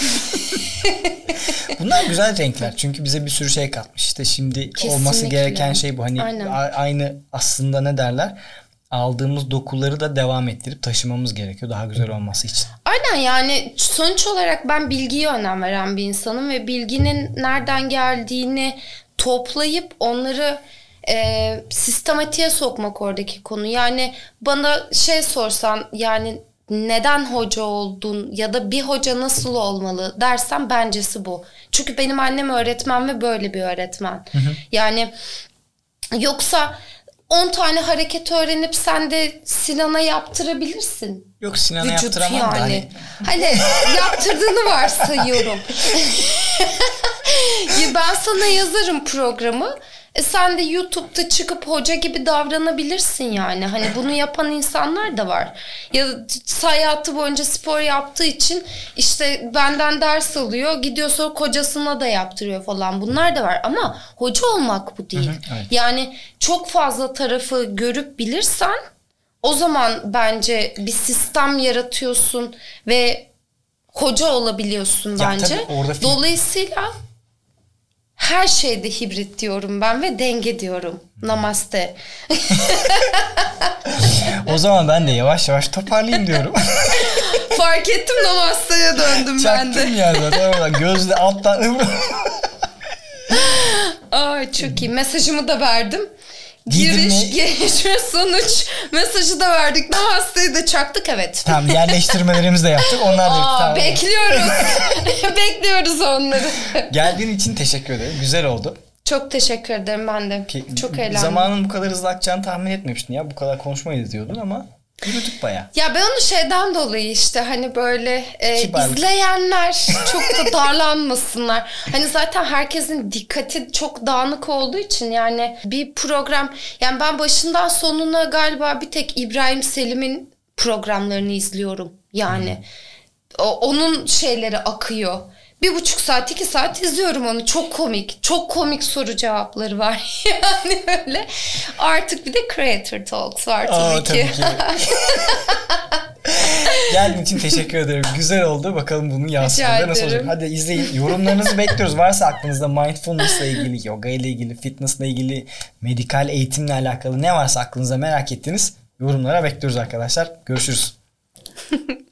Bunlar güzel renkler çünkü bize bir sürü şey katmış. İşte şimdi kesinlikle olması gereken şey bu. Hani aynen. Aynı aslında ne derler? Aldığımız dokuları da devam ettirip taşımamız gerekiyor daha güzel olması için. Aynen yani sonuç olarak ben bilgiye önem veren bir insanım ve bilginin nereden geldiğini toplayıp onları e, sistematiğe sokmak oradaki konu. Yani bana şey sorsan yani neden hoca oldun ya da bir hoca nasıl olmalı dersen bencesi bu. Çünkü benim annem öğretmen ve böyle bir öğretmen. Hı hı. Yani yoksa on tane hareket öğrenip sen de Sinan'a yaptırabilirsin. Yok Sinan'a vücut yaptıramam yani. Da hani. Hani yaptırdığını varsayıyorum. Ben sana yazarım programı. E sen de YouTube'da çıkıp hoca gibi davranabilirsin yani. Hani bunu yapan insanlar da var. Ya hayatı boyunca spor yaptığı için işte benden ders alıyor. Gidiyor sonra kocasına da yaptırıyor falan. Bunlar da var ama hoca olmak bu değil. Hı hı, evet. Yani çok fazla tarafı görüp bilirsen o zaman bence bir sistem yaratıyorsun ve hoca olabiliyorsun ya bence. Tabii, dolayısıyla her şeyde hibrit diyorum ben ve denge diyorum. Namaste. O zaman ben de yavaş yavaş toparlayayım diyorum. Fark ettim, namaste'ye döndüm ben de. Çaktım ya zaten. Gözle alttan. Ay çok iyi. Mesajımı da verdim. Giriş, gelişme, sonuç mesajı da verdik. Namaste'yi de çaktık, evet. Tamam, yerleştirmelerimizi de yaptık. Onlar da Aa, tamam. Bekliyoruz. Bekliyoruz onları. Geldiğin için teşekkür ederim. Güzel oldu. Çok teşekkür ederim ben de. Ki, çok eğlendim. Zamanın bu kadar hızlı akacağını tahmin etmemiştin ya. Bu kadar konuşmayız diyordun ama yürüdük bayağı. Ya ben onu şeyden dolayı işte hani böyle e, izleyenler çok da darlanmasınlar. Hani zaten herkesin dikkati çok dağınık olduğu için yani bir program, yani ben başından sonuna galiba bir tek İbrahim Selim'in programlarını izliyorum. Yani hmm. o, onun şeyleri akıyor. Bir buçuk saat, iki saat izliyorum onu. Çok komik. Çok komik soru cevapları var. Yani öyle. Artık bir de Creator Talks var tabii Aa, ki. Tabii ki. Geldiğin için teşekkür ederim. Güzel oldu. Bakalım bunun yansımaları nasıl olacak. Hadi izleyin. Yorumlarınızı bekliyoruz. Varsa aklınızda mindfulness ile ilgili, yoga ile ilgili, fitness ile ilgili, medikal eğitimle alakalı ne varsa aklınıza merak ettiğiniz yorumlara bekliyoruz arkadaşlar. Görüşürüz.